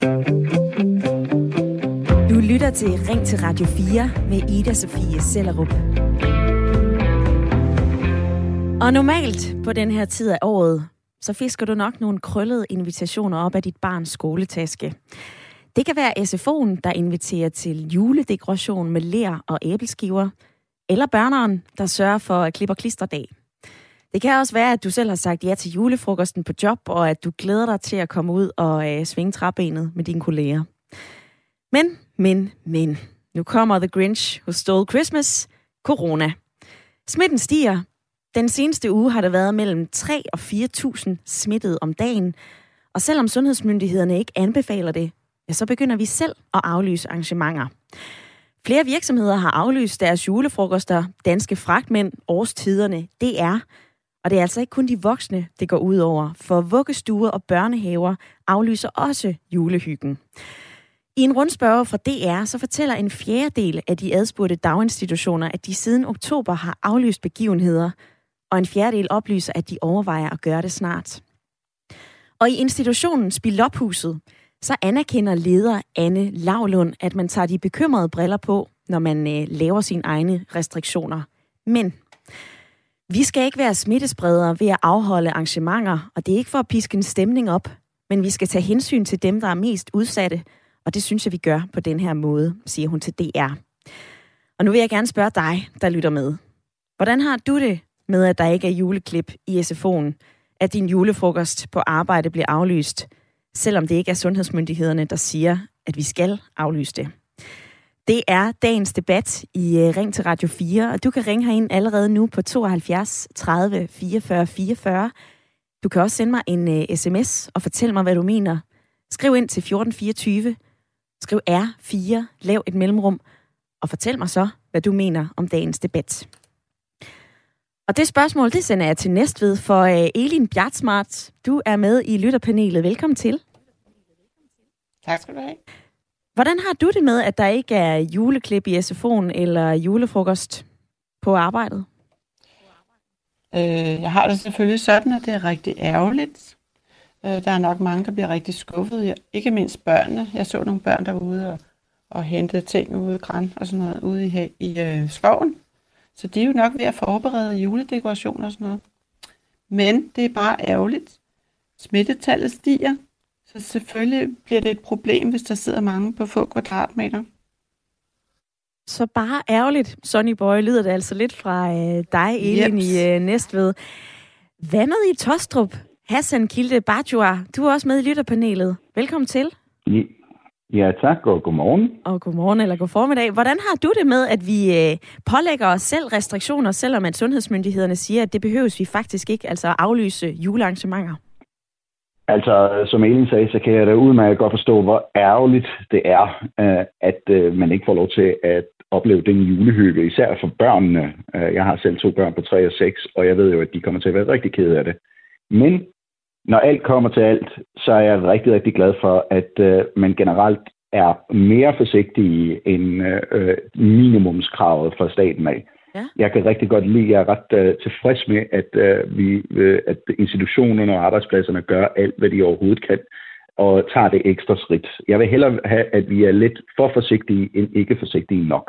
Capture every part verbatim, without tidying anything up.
Du lytter til Ring til Radio fire med Ida Sofie Sellerup. Og normalt på den her tid af året, så fisker du nok nogle krøllede invitationer op af dit barns skoletaske. Det kan være S F O'en, der inviterer til juledekoration med ler og æbleskiver, eller børneren, der sørger for klip- og klisterdag. Det kan også være, at du selv har sagt ja til julefrokosten på job, og at du glæder dig til at komme ud og øh, svinge træbenet med dine kolleger. Men, men, men. Nu kommer The Grinch Who Stole Christmas. Corona. Smitten stiger. Den seneste uge har der været mellem tre og fire tusind smittede om dagen. Og selvom sundhedsmyndighederne ikke anbefaler det, ja, så begynder vi selv at aflyse arrangementer. Flere virksomheder har aflyst deres julefrokoster. Danske Fragtmænd, Årstiderne, D R. Og det er altså ikke kun de voksne, det går ud over. For vuggestuer og børnehaver aflyser også julehyggen. I en rundspørge fra D R, så fortæller en fjerdedel af de adspurgte daginstitutioner, at de siden oktober har aflyst begivenheder, og en fjerdedel oplyser, at de overvejer at gøre det snart. Og i institutionen Spilophuset, så anerkender leder Anne Lavlund, at man tager de bekymrede briller på, når man øh, laver sine egne restriktioner. Men vi skal ikke være smittespredere ved at afholde arrangementer, og det er ikke for at piske en stemning op, men vi skal tage hensyn til dem, der er mest udsatte, og det synes jeg, vi gør på den her måde, siger hun til D R. Og nu vil jeg gerne spørge dig, der lytter med. Hvordan har du det med, at der ikke er juleklip i S F O'en, at din julefrokost på arbejde bliver aflyst, selvom det ikke er sundhedsmyndighederne, der siger, at vi skal aflyse det? Det er dagens debat i Ring til Radio fire, og du kan ringe herind allerede nu på tooghalvfjerds tredive fireogfyrre fireogfyrre. Du kan også sende mig en uh, sms og fortælle mig, hvad du mener. Skriv ind til fjorten fireogtyve. Skriv R fire, lav et mellemrum, og fortæl mig så, hvad du mener om dagens debat. Og det spørgsmål, det sender jeg til Næstved for uh, Elin Bjartsmart. Du er med i lytterpanelet. Velkommen til. Tak skal du have. Hvordan har du det med, at der ikke er juleklip i S F O'en eller julefrokost på arbejdet? Øh, jeg har det selvfølgelig sådan, at det er rigtig ærgerligt. Øh, der er nok mange, der bliver rigtig skuffet. Ikke mindst børnene. Jeg så nogle børn, der var ude og, og hentede ting ude i græn og sådan noget ude i, i øh, skoven. Så de er jo nok ved at forberede juledekorationer og sådan noget. Men det er bare ærgerligt. Smittetallet stiger. Så selvfølgelig bliver det et problem, hvis der sidder mange på få kvadratmeter. Så bare ærgerligt, Sonny Boy, lyder det altså lidt fra øh, dig, Elin, Jeps. i øh, Næstved. Hvad med i Tostrup? Hassan Kilde Bajua, du er også med i lytterpanelet. Velkommen til. Ja, tak, og godmorgen. Og godmorgen eller god formiddag. Hvordan har du det med, at vi øh, pålægger os selv restriktioner, selvom at sundhedsmyndighederne siger, at det behøves vi faktisk ikke, altså at aflyse julearrangementer? Altså, som Elin sagde, så kan jeg da udmærket godt forstå, hvor ærgerligt det er, at man ikke får lov til at opleve den julehygge, især for børnene. Jeg har selv to børn på tre og seks, og jeg ved jo, at de kommer til at være rigtig kede af det. Men når alt kommer til alt, så er jeg rigtig, rigtig glad for, at man generelt er mere forsigtig end minimumskravet fra staten af. Ja. Jeg kan rigtig godt lide, jeg er ret uh, tilfreds med, at, uh, vi, uh, at institutionerne og arbejdspladserne gør alt, hvad de overhovedet kan, og tager det ekstra skridt. Jeg vil hellere have, at vi er lidt for forsigtige, end ikke forsigtige nok.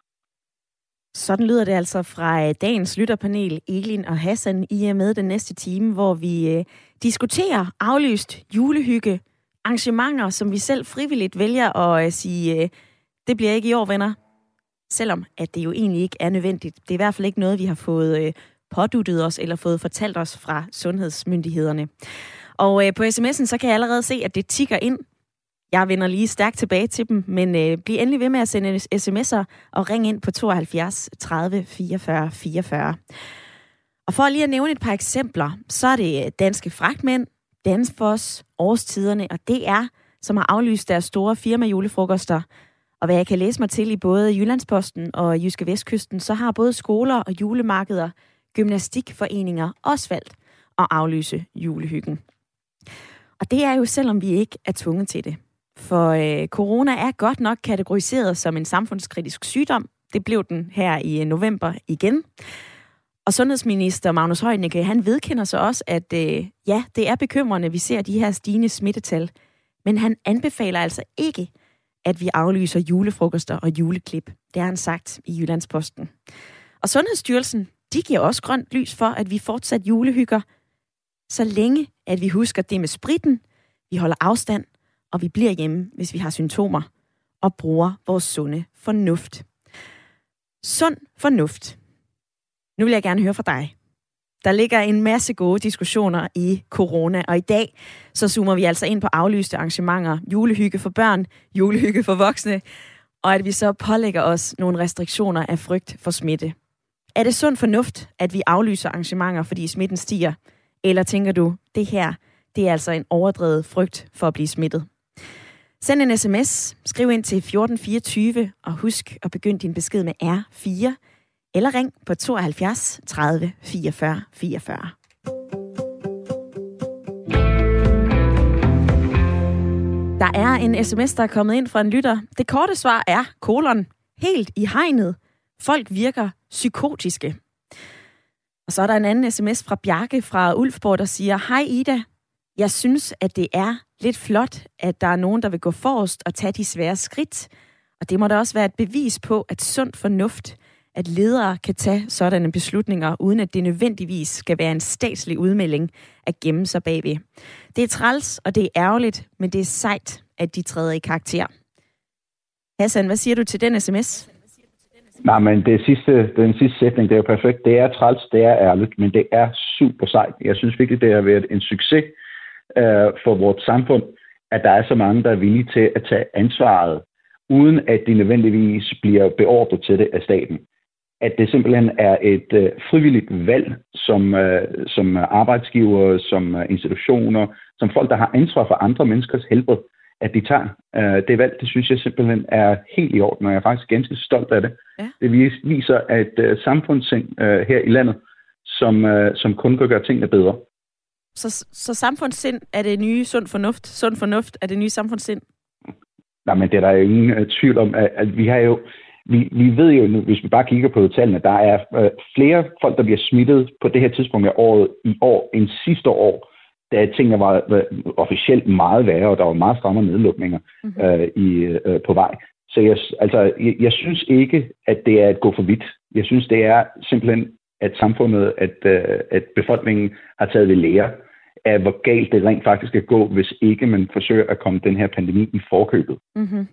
Sådan lyder det altså fra dagens lytterpanel, Elin og Hassan. I er med den næste time, hvor vi uh, diskuterer aflyst julehygge, arrangementer, som vi selv frivilligt vælger at uh, sige, uh, det bliver ikke i år, venner. Selvom at det jo egentlig ikke er nødvendigt. Det er i hvert fald ikke noget, vi har fået øh, påduttet os eller fået fortalt os fra sundhedsmyndighederne. Og øh, på sms'en, så kan jeg allerede se, at det tikker ind. Jeg vender lige stærkt tilbage til dem, men øh, bliv endelig ved med at sende sms'er og ring ind på tooghalvfjerds tredive fireogfyrre fireogfyrre. Og for lige at nævne et par eksempler, så er det Danske Fragtmænd, Danfoss, Årstiderne og D R, som har aflyst deres store firma-julefrokoster. Og hvad jeg kan læse mig til i både Jyllandsposten og Jyske Vestkysten, så har både skoler og julemarkeder, gymnastikforeninger også valgt at aflyse julehyggen. Og det er jo selvom vi ikke er tvunget til det. For øh, corona er godt nok kategoriseret som en samfundskritisk sygdom. Det blev den her i november igen. Og sundhedsminister Magnus Heunicke, han vedkender sig også, at øh, ja, det er bekymrende, vi ser de her stigende smittetal. Men han anbefaler altså ikke, at vi aflyser julefrokoster og juleklip. Det har han sagt i Jyllandsposten. Og Sundhedsstyrelsen, de giver også grønt lys for, at vi fortsat julehygger, så længe at vi husker det med spritten, vi holder afstand, og vi bliver hjemme, hvis vi har symptomer, og bruger vores sunde fornuft. Sund fornuft. Nu vil jeg gerne høre fra dig. Der ligger en masse gode diskussioner i corona, og i dag så zoomer vi altså ind på aflyste arrangementer, julehygge for børn, julehygge for voksne, og at vi så pålægger os nogle restriktioner af frygt for smitte. Er det sund fornuft, at vi aflyser arrangementer, fordi smitten stiger? Eller tænker du, det her, det er altså en overdrevet frygt for at blive smittet? Send en sms, skriv ind til fjorten fireogtyve, og husk at begynde din besked med R fire, eller ring på tooghalvfjerds tredive fireogfyrre fireogfyrre. Der er en sms, der er kommet ind fra en lytter. Det korte svar er, kolon, helt i hegnet. Folk virker psykotiske. Og så er der en anden sms fra Bjarke fra Ulfborg, der siger, hej Ida, jeg synes, at det er lidt flot, at der er nogen, der vil gå forrest og tage de svære skridt. Og det må da også være et bevis på, at sund fornuft, at ledere kan tage sådanne beslutninger, uden at det nødvendigvis skal være en statslig udmelding at gemme sig bagved. Det er træls, og det er ærgerligt, men det er sejt, at de træder i karakter. Hassan, hvad siger du til den sms? Nej, men det sidste, den sidste sætning, det er jo perfekt. Det er træls, det er ærligt, men det er super sejt. Jeg synes virkelig, det har været en succes øh, for vores samfund, at der er så mange, der er villige til at tage ansvaret, uden at de nødvendigvis bliver beordret til det af staten. At det simpelthen er et øh, frivilligt valg, som, øh, som arbejdsgiver, som øh, institutioner, som folk, der har ansvar for andre menneskers helbred, at de tager øh, det valg. Det synes jeg simpelthen er helt i orden, og jeg er faktisk ganske stolt af det. Ja. Det viser, at øh, samfundssind øh, her i landet, som, øh, som kun kan gøre tingene bedre. Så, så samfundssind er det nye sund fornuft? Sund fornuft er det nye samfundssind? Nej, men det er der jo ingen uh, tvivl om, at, at vi har jo, vi, vi ved jo nu, hvis vi bare kigger på tallene, der er uh, flere folk, der bliver smittet på det her tidspunkt af året i år end sidste år, da tingene var uh, officielt meget værre, og der var meget strammere nedlukninger mm-hmm. uh, i, uh, på vej. Så jeg, altså, jeg, jeg synes ikke, at det er at gå for vidt. Jeg synes, det er simpelthen, at samfundet, at, uh, at befolkningen har taget ved lære af, hvor galt det rent faktisk skal gå, hvis ikke man forsøger at komme den her pandemi i forkøbet. Mm-hmm.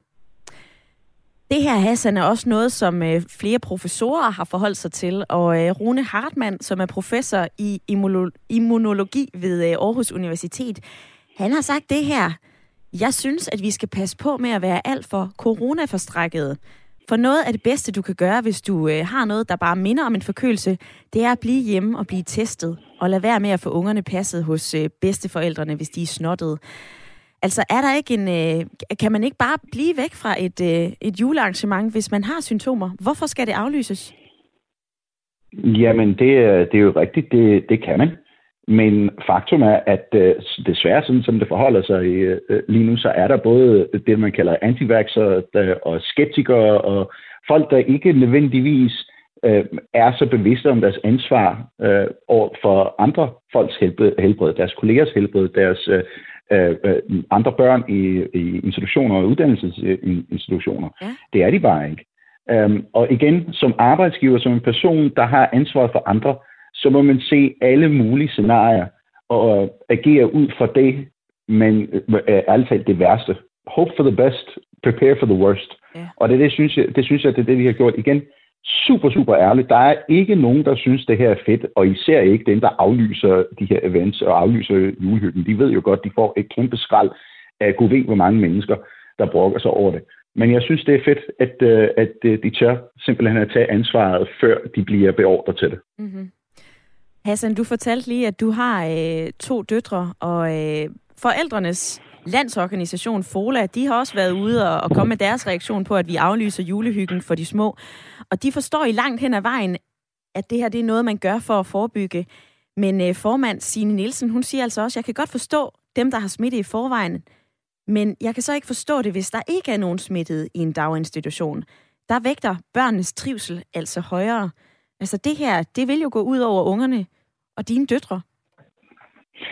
Det her, Hassan, er også noget, som øh, flere professorer har forholdt sig til, og øh, Rune Hartmann, som er professor i immuno- immunologi ved øh, Aarhus Universitet, han har sagt det her: jeg synes, at vi skal passe på med at være alt for coronaforstrækkede. For noget af det bedste, du kan gøre, hvis du øh, har noget, der bare minder om en forkølelse, det er at blive hjemme og blive testet, og lade være med at få ungerne passet hos øh, bedsteforældrene, hvis de er snottede. Altså, er der ikke en, øh, kan man ikke bare blive væk fra et, øh, et julearrangement, hvis man har symptomer? Hvorfor skal det aflyses? Jamen, det, det er jo rigtigt, det, det kan man. Men faktum er, at øh, desværre, sådan som det forholder sig øh, lige nu, så er der både det, man kalder antivaxxere og skeptikere, og folk, der ikke nødvendigvis øh, er så bevidste om deres ansvar øh, over for andre folks helbred, helbred deres kollegers helbred, deres øh, øh, andre børn i, i institutioner og uddannelsesinstitutioner. Ja. Det er de bare ikke. Um, og igen, som arbejdsgiver, som en person, der har ansvar for andre, så må man se alle mulige scenarier og agere ud fra det, men ærligt talt det værste. Hope for the best, prepare for the worst. Ja. Og det, det, synes jeg, det synes jeg, det er det, vi har gjort igen. Super, super ærligt. Der er ikke nogen, der synes, det her er fedt, og især ikke dem, der aflyser de her events og aflyser julehyggen. De ved jo godt, de får et kæmpe skrald af gud ved, hvor mange mennesker, der brokker sig over det. Men jeg synes, det er fedt, at, at de tør simpelthen at tage ansvaret, før de bliver beordret til det. Mm-hmm. Hassan, du fortalte lige, at du har øh, to døtre, og øh, forældrenes landsorganisation FOLA, de har også været ude og, og komme med deres reaktion på, at vi aflyser julehyggen for de små. Og de forstår i langt hen ad vejen, at det her det er noget, man gør for at forebygge. Men øh, formand Signe Nielsen, hun siger altså også, jeg kan godt forstå dem, der har smitte i forvejen, men jeg kan så ikke forstå det, hvis der ikke er nogen smittet i en daginstitution. Der vægter børnenes trivsel altså højere. Altså det her, det vil jo gå ud over ungerne og dine døtre.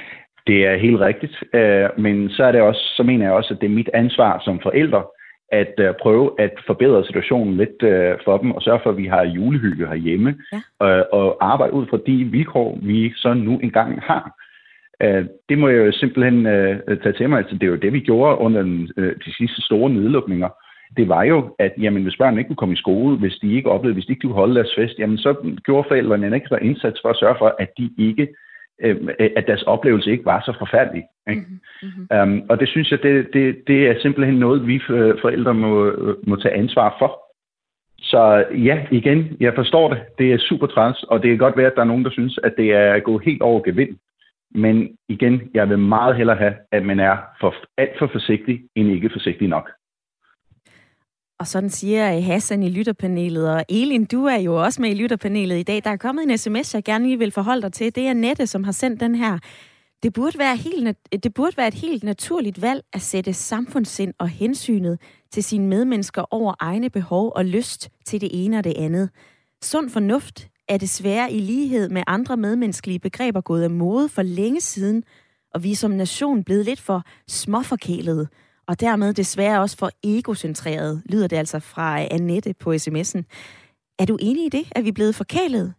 Det er helt rigtigt, øh, men så er det også, så mener jeg også, at det er mit ansvar som forældre, at øh, prøve at forbedre situationen lidt øh, for dem, og sørge for, at vi har julehygge herhjemme, ja. øh, og arbejde ud fra de vilkår, vi så nu engang har. Øh, det må jeg jo simpelthen øh, tage til mig. Altså, det er jo det, vi gjorde under den, øh, de sidste store nedlukninger. Det var jo, at jamen, hvis børnene ikke kunne komme i skole, hvis de ikke oplevede, hvis de ikke kunne holde deres fest, jamen, så gjorde forældrene en ekstra indsats for at sørge for, at de ikke at deres oplevelse ikke var så forfærdelig. Ikke? Mm-hmm. Um, og det synes jeg, det, det, det er simpelthen noget, vi forældre må, må tage ansvar for. Så ja, igen, jeg forstår det. Det er super træls, og det kan godt være, at der er nogen, der synes, at det er gået helt over gevind. Men igen, jeg vil meget hellere have, at man er for, alt for forsigtig, end ikke forsigtig nok. Og sådan siger Hassan i lytterpanelet, og Elin, du er jo også med i lytterpanelet i dag. Der er kommet en sms, jeg gerne lige vil forholde dig til. Det er Nette, som har sendt den her. Det burde være, helt, det burde være et helt naturligt valg at sætte samfundssind og hensynet til sine medmennesker over egne behov og lyst til det ene og det andet. Sund fornuft er desværre i lighed med andre medmenneskelige begreber gået af mode for længe siden, og vi er som nation blevet lidt for småforkælede. Og dermed desværre også for egocentreret, lyder det altså fra Annette på sms'en. Er du enig i det, at vi er blevet forkælet?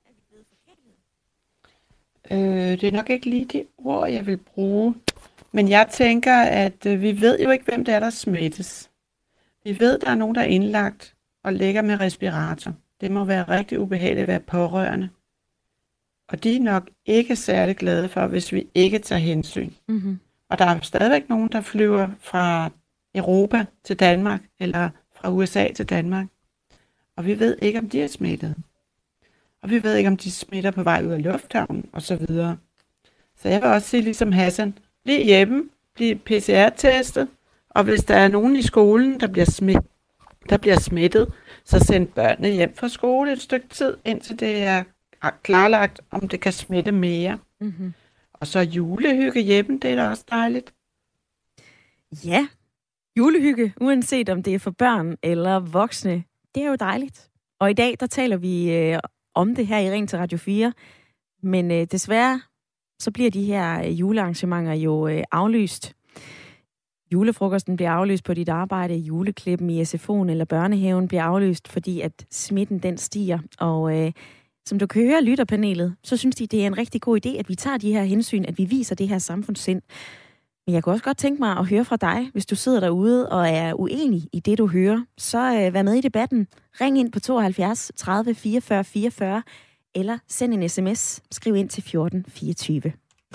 Øh, det er nok ikke lige de ord, jeg vil bruge. Men jeg tænker, at øh, vi ved jo ikke, hvem det er, der smittes. Vi ved, der er nogen, der er indlagt og ligger med respirator. Det må være rigtig ubehageligt at være pårørende. Og de er nok ikke særlig glade for, hvis vi ikke tager hensyn. Mm-hmm. Og der er stadigvæk nogen, der flyver fra Europa til Danmark, eller fra U S A til Danmark. Og vi ved ikke, om de er smittet. Og vi ved ikke, om de smitter på vej ud af lufthavnen, og så videre. Så jeg vil også sige, ligesom Hassan, bliv hjemme, bliv P C R-testet, og hvis der er nogen i skolen, der bliver, smidt, der bliver smittet, så send børnene hjem fra skole et stykke tid, indtil det er klarlagt, om det kan smitte mere. Mm-hmm. Og så julehygge hjemme, det er da også dejligt. Ja, julehygge, uanset om det er for børn eller voksne, det er jo dejligt. Og i dag, der taler vi øh, om det her i Ring til Radio fire. Men øh, desværre, så bliver de her øh, julearrangementer jo øh, aflyst. Julefrokosten bliver aflyst på dit arbejde, juleklippen i S F O'en eller børnehaven bliver aflyst, fordi at smitten den stiger. Og øh, som du kan høre lytterpanelet, så synes de, det er en rigtig god idé, at vi tager de her hensyn, at vi viser det her samfundssind. Men jeg kunne også godt tænke mig at høre fra dig, hvis du sidder derude og er uenig i det, du hører. Så øh, vær med i debatten. Ring ind på tooghalvfjerds tredive fireogfyrre fireogfyrre, eller send en sms. Skriv ind til fjorten fireogtyve.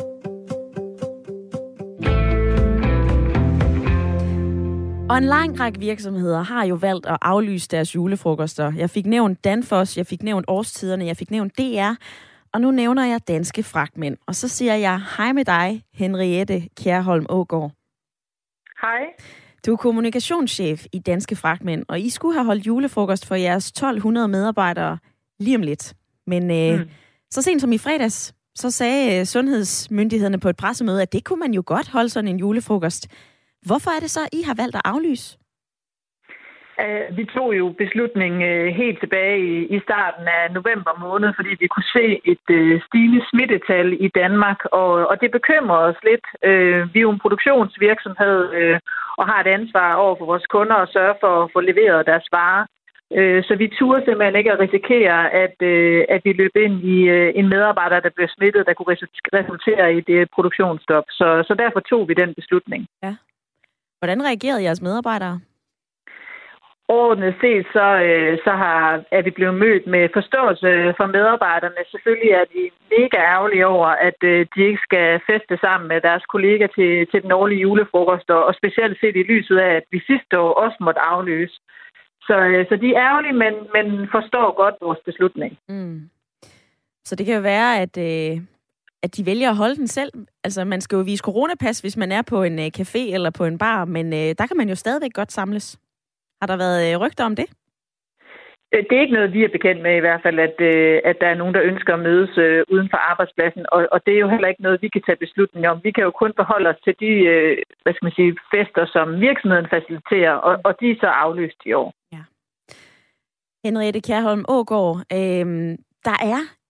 Og en lang række virksomheder har jo valgt at aflyse deres julefrokoster. Jeg fik nævnt Danfoss, jeg fik nævnt Årstiderne, jeg fik nævnt D R, og nu nævner jeg Danske Fragtmænd. Og så siger jeg hej med dig, Henriette Kjærholm Aagaard. Hej. Du er kommunikationschef i Danske Fragtmænd, og I skulle have holdt julefrokost for jeres tolv hundrede medarbejdere lige om lidt. Men øh, mm. så sent som i fredags, så sagde øh, sundhedsmyndighederne på et pressemøde, at det kunne man jo godt holde sådan en julefrokost. Hvorfor er det så, I har valgt at aflyse? Uh, vi tog jo beslutningen uh, helt tilbage i, i starten af november måned, fordi vi kunne se et uh, stigende smittetal i Danmark, og, og det bekymrer os lidt. Uh, vi er jo en produktionsvirksomhed uh, og har et ansvar over for vores kunder at sørge for at få leveret deres varer. Uh, så vi turde simpelthen ikke at risikere, at, uh, at vi løb ind i uh, en medarbejder, der blev smittet, der kunne resultere i et uh, produktionsstop. Så, så derfor tog vi den beslutning. Ja. Hvordan reagerede jeres medarbejdere? Overordnet set, så, øh, så har, er vi blevet mødt med forståelse for medarbejderne. Selvfølgelig er de mega ærgerlige over, at øh, de ikke skal feste sammen med deres kolleger til, til den årlige julefrokost, og specielt set i lyset af, at vi sidste år også måtte aflyse. Så, øh, så de er ærgerlige, men, men forstår godt vores beslutning. Mm. Så det kan jo være, at... Øh at de vælger at holde den selv. Altså, man skal jo vise coronapas, hvis man er på en uh, café eller på en bar, men uh, der kan man jo stadigvæk godt samles. Har der været uh, rygter om det? Det er ikke noget, vi er bekendt med i hvert fald, at, uh, at der er nogen, der ønsker at mødes uh, uden for arbejdspladsen, og, og det er jo heller ikke noget, vi kan tage beslutning om. Vi kan jo kun forholde os til de uh, hvad skal man sige, fester, som virksomheden faciliterer, og, og de er så aflyst i år. Ja. Henriette Kjærholm Aagaard, øh, der er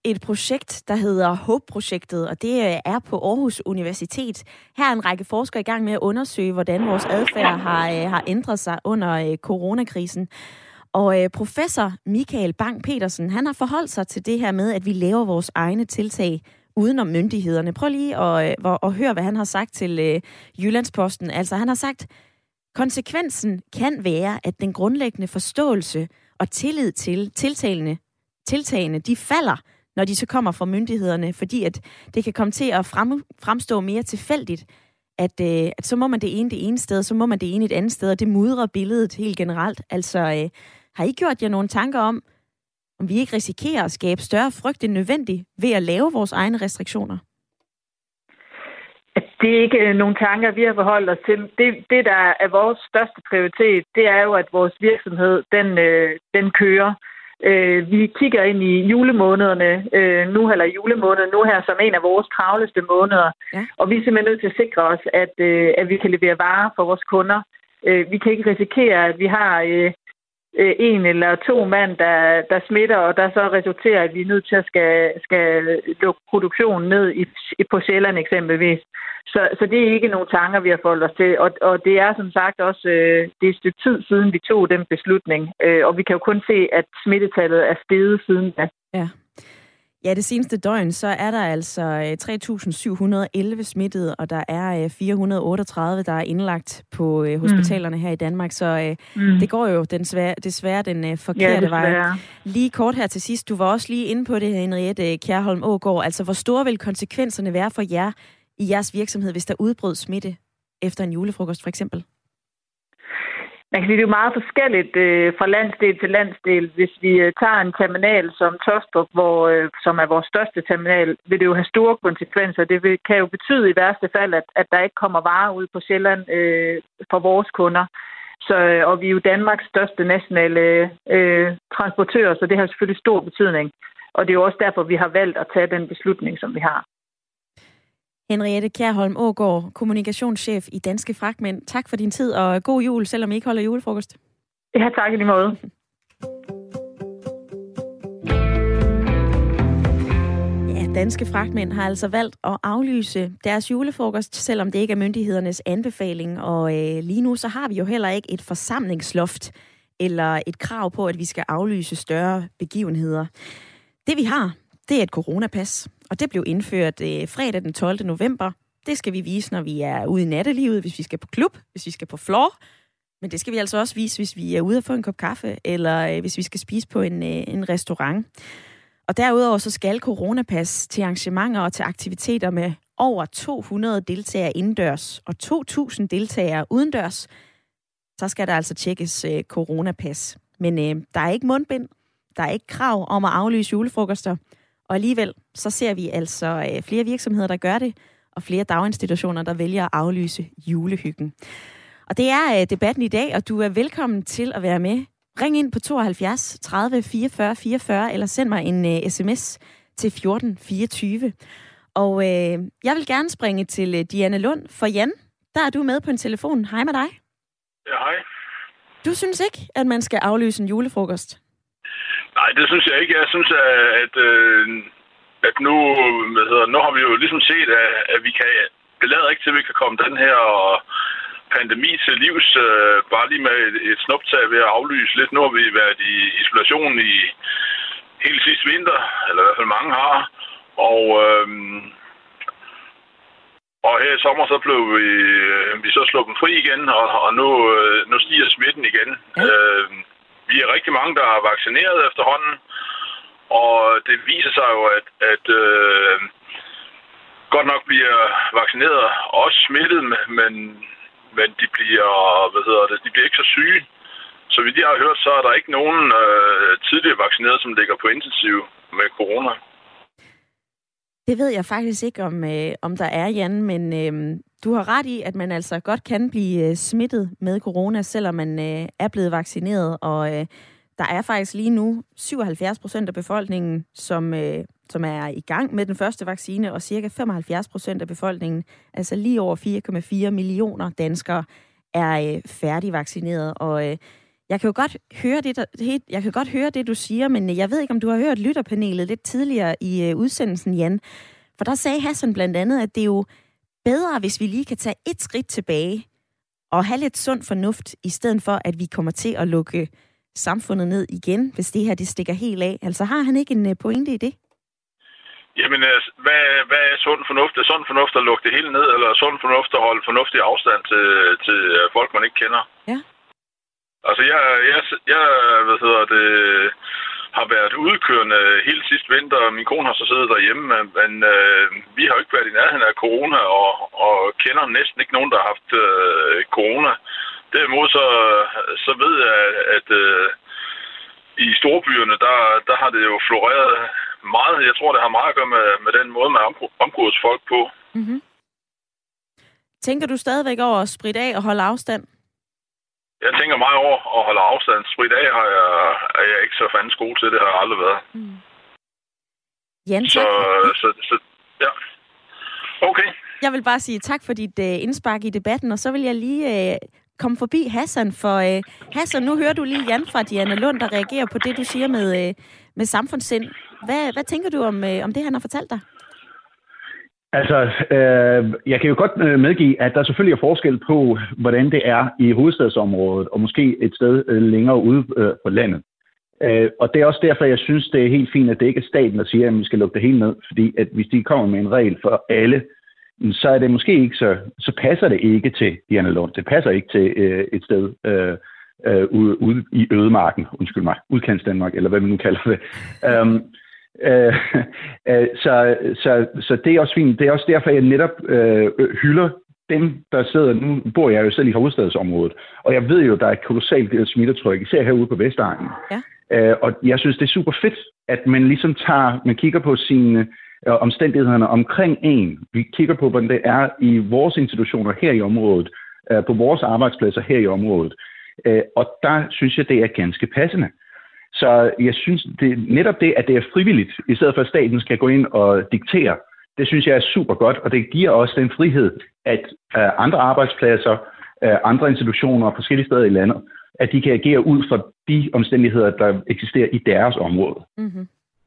et projekt, der hedder HOPE-projektet, og det er på Aarhus Universitet. Her er en række forskere i gang med at undersøge, hvordan vores adfærd har, har ændret sig under coronakrisen. Og professor Michael Bang-Petersen, han har forholdt sig til det her med, at vi laver vores egne tiltag udenom myndighederne. Prøv lige at, at, at høre, hvad han har sagt til Jyllandsposten. Altså, han har sagt, konsekvensen kan være, at den grundlæggende forståelse og tillid til tiltalende, tiltagene, de falder, når de så kommer fra myndighederne, fordi at det kan komme til at frem, fremstå mere tilfældigt, at, øh, at så må man det ene det ene sted, så må man det ene et andet sted, og det mudrer billedet helt generelt. Altså, øh, har I gjort jer nogle tanker om, om vi ikke risikerer at skabe større frygt end nødvendigt ved at lave vores egne restriktioner? Det er ikke nogle tanker, vi har forholdt os til. Det, det der er vores største prioritet, det er jo, at vores virksomhed, den, øh, den kører. Øh, vi kigger ind i julemånederne øh, nu, eller julemåneden nu her, som en af vores travleste måneder. Ja. Og vi er simpelthen nødt til at sikre os, at, øh, at vi kan levere varer for vores kunder. Øh, vi kan ikke risikere, at vi har øh, en eller to mand, der, der smitter, og der så resulterer, at vi er nødt til at skal, skal lukke produktionen ned i, på Sjælland eksempelvis. Så, så det er ikke nogle tanker, vi har forholdt os til. Og, og det er som sagt også øh, det er et stykke tid siden, vi tog den beslutning. Øh, og vi kan jo kun se, at smittetallet er steget siden da. Ja. Ja, det seneste døgn, så er der altså tre tusind syv hundrede og elleve smittede, og der er fire hundrede og otteogtredive, der er indlagt på hospitalerne her i Danmark. Så mm. det går jo desværre, desværre den forkerte ja, vej. Lige kort her til sidst, du var også lige inde på det, Henriette Kjærholm Aagaard. Altså, hvor store vil konsekvenserne være for jer i jeres virksomhed, hvis der udbrød smitte efter en julefrokost for eksempel? Man kan sige, det er jo meget forskelligt øh, fra landsdel til landsdel. Hvis vi øh, tager en terminal som Taastrup, hvor, øh, som er vores største terminal, vil det jo have store konsekvenser. Det vil, kan jo betyde i værste fald, at, at der ikke kommer varer ud på Sjælland øh, for vores kunder. Så, og vi er jo Danmarks største nationale øh, transportør, så det har selvfølgelig stor betydning. Og det er jo også derfor, vi har valgt at tage den beslutning, som vi har. Henriette Kjærholm Aagaard, kommunikationschef i Danske Fragtmænd. Tak for din tid, og god jul, selvom I ikke holder julefrokost. Ja, tak i lige måde. Ja, Danske Fragtmænd har altså valgt at aflyse deres julefrokost, selvom det ikke er myndighedernes anbefaling. Og øh, lige nu så har vi jo heller ikke et forsamlingsloft eller et krav på, at vi skal aflyse større begivenheder. Det vi har, det er et coronapas, og det blev indført øh, fredag den tolvte november. Det skal vi vise, når vi er ude i nattelivet, hvis vi skal på klub, hvis vi skal på floor. Men det skal vi altså også vise, hvis vi er ude og få en kop kaffe, eller øh, hvis vi skal spise på en, øh, en restaurant. Og derudover så skal coronapas til arrangementer og til aktiviteter med over to hundrede deltagere indendørs og to tusind deltagere udendørs. Så skal der altså tjekkes øh, coronapas. Men øh, der er ikke mundbind, der er ikke krav om at aflyse julefrokoster. Og alligevel, så ser vi altså øh, flere virksomheder, der gør det, og flere daginstitutioner, der vælger at aflyse julehyggen. Og det er øh, debatten i dag, og du er velkommen til at være med. Ring ind på tooghalvfjerds tredive fireogfyrre fireogfyrre, eller send mig en øh, sms til fjorten fireogtyve. Og øh, jeg vil gerne springe til øh, Diana Lund. For Jan, der er du med på en telefon. Hej med dig. Ja, hej. Du synes ikke, at man skal aflyse en julefrokost? Nej, det synes jeg ikke. Jeg synes, at, at, at nu, hvad hedder, nu har vi jo ligesom set, at, at vi kan, det lader ikke til, at vi kan komme den her pandemi til livs, bare lige med et, et snuptag ved at aflyse lidt. Nu har vi været i isolation i hele sidste vinter, eller i hvert fald mange har, og, øhm, og her i sommer så blev vi, vi så sluppet fri igen, og, og nu, nu stiger smitten igen. Ja. Øhm, Vi er rigtig mange, der er vaccineret efterhånden, og det viser sig jo, at, at øh, godt nok bliver vaccineret også smittet, men, men de bliver, hvad hedder det, de bliver ikke så syge. Så vidt jeg har hørt, så er der ikke nogen øh, tidligere vaccineret, som ligger på intensiv med corona. Det ved jeg faktisk ikke, om, øh, om der er, Jan, men øh, du har ret i, at man altså godt kan blive øh, smittet med corona, selvom man øh, er blevet vaccineret. Og øh, der er faktisk lige nu syvoghalvfjerds procent af befolkningen, som, øh, som er i gang med den første vaccine, og cirka femoghalvfjerds procent af befolkningen, altså lige over fire komma fire millioner danskere, er øh, færdigvaccineret. Og øh, Jeg kan jo godt høre det, der, jeg kan godt høre det, du siger, men jeg ved ikke, om du har hørt lytterpanelet lidt tidligere i uh, udsendelsen, Jan. For der sagde Hassan blandt andet, at det er jo bedre, hvis vi lige kan tage et skridt tilbage og have lidt sund fornuft, i stedet for, at vi kommer til at lukke samfundet ned igen, hvis det her det stikker helt af. Altså har han ikke en pointe i det? Jamen, hvad, hvad er sund fornuft? Er sund fornuft at lukke det hele ned, eller er sund fornuft at holde fornuftig afstand til, til folk, man ikke kender? Ja. Altså, jeg, jeg, jeg hvad hedder det, har været udkørende hele sidste vinter, og min kone har så siddet derhjemme, men øh, vi har jo ikke været i nærheden af corona, og, og kender næsten ikke nogen, der har haft øh, corona. Derimod så, så ved jeg, at øh, i storbyerne, der, der har det jo floreret meget. Jeg tror, det har meget at gøre med, med den måde, man omgås folk på. Mm-hmm. Tænker du stadigvæk over at spritte af og holde afstand? Jeg tænker meget over at holde afstand. Spritte af har jeg, er jeg ikke så fandens god til. Det har jeg aldrig været. Mm. Jan, så, så, så, ja. Okay. Jeg vil bare sige tak for dit uh, indspark i debatten, og så vil jeg lige uh, komme forbi Hassan. For uh, Hassan, nu hører du lige Jan fra Diana Lund, der reagerer på det, du siger med, uh, med samfundssind. Hvad, hvad tænker du om, uh, om det, han har fortalt dig? Altså, øh, jeg kan jo godt medgive, at der selvfølgelig er forskel på, hvordan det er i hovedstadsområdet, og måske et sted øh, længere ude øh, på landet. Øh, og det er også derfor, jeg synes, det er helt fint, at det ikke er staten, der siger, at vi skal lukke det hele ned. Fordi at hvis de kommer med en regel for alle, så er det måske ikke så, så passer det ikke til Diana Lund. Det passer ikke til øh, et sted øh, øh, ude, ude i ødemarken, undskyld mig, udkants Danmark, eller hvad man nu kalder det. Um, Øh, øh, så, så, så det er også fint. Det er også derfor, jeg netop øh, hylder dem, der sidder. Nu bor jeg jo selv i hovedstadsområdet, og jeg ved jo, der er et kolossalt smittetryk, især herude på Vestegnen. Ja. Øh, og jeg synes, det er super fedt, at man ligesom tager, man kigger på sine øh, omstændighederne omkring en. Vi kigger på, hvordan det er i vores institutioner her i området, øh, på vores arbejdspladser her i området. Øh, og der synes jeg, det er ganske passende. Så jeg synes, det netop det, at det er frivilligt, i stedet for at staten skal gå ind og diktere, det synes jeg er super godt, og det giver også den frihed, at uh, andre arbejdspladser, uh, andre institutioner og forskellige steder i landet, at de kan agere ud fra de omstændigheder, der eksisterer i deres område. Mm-hmm.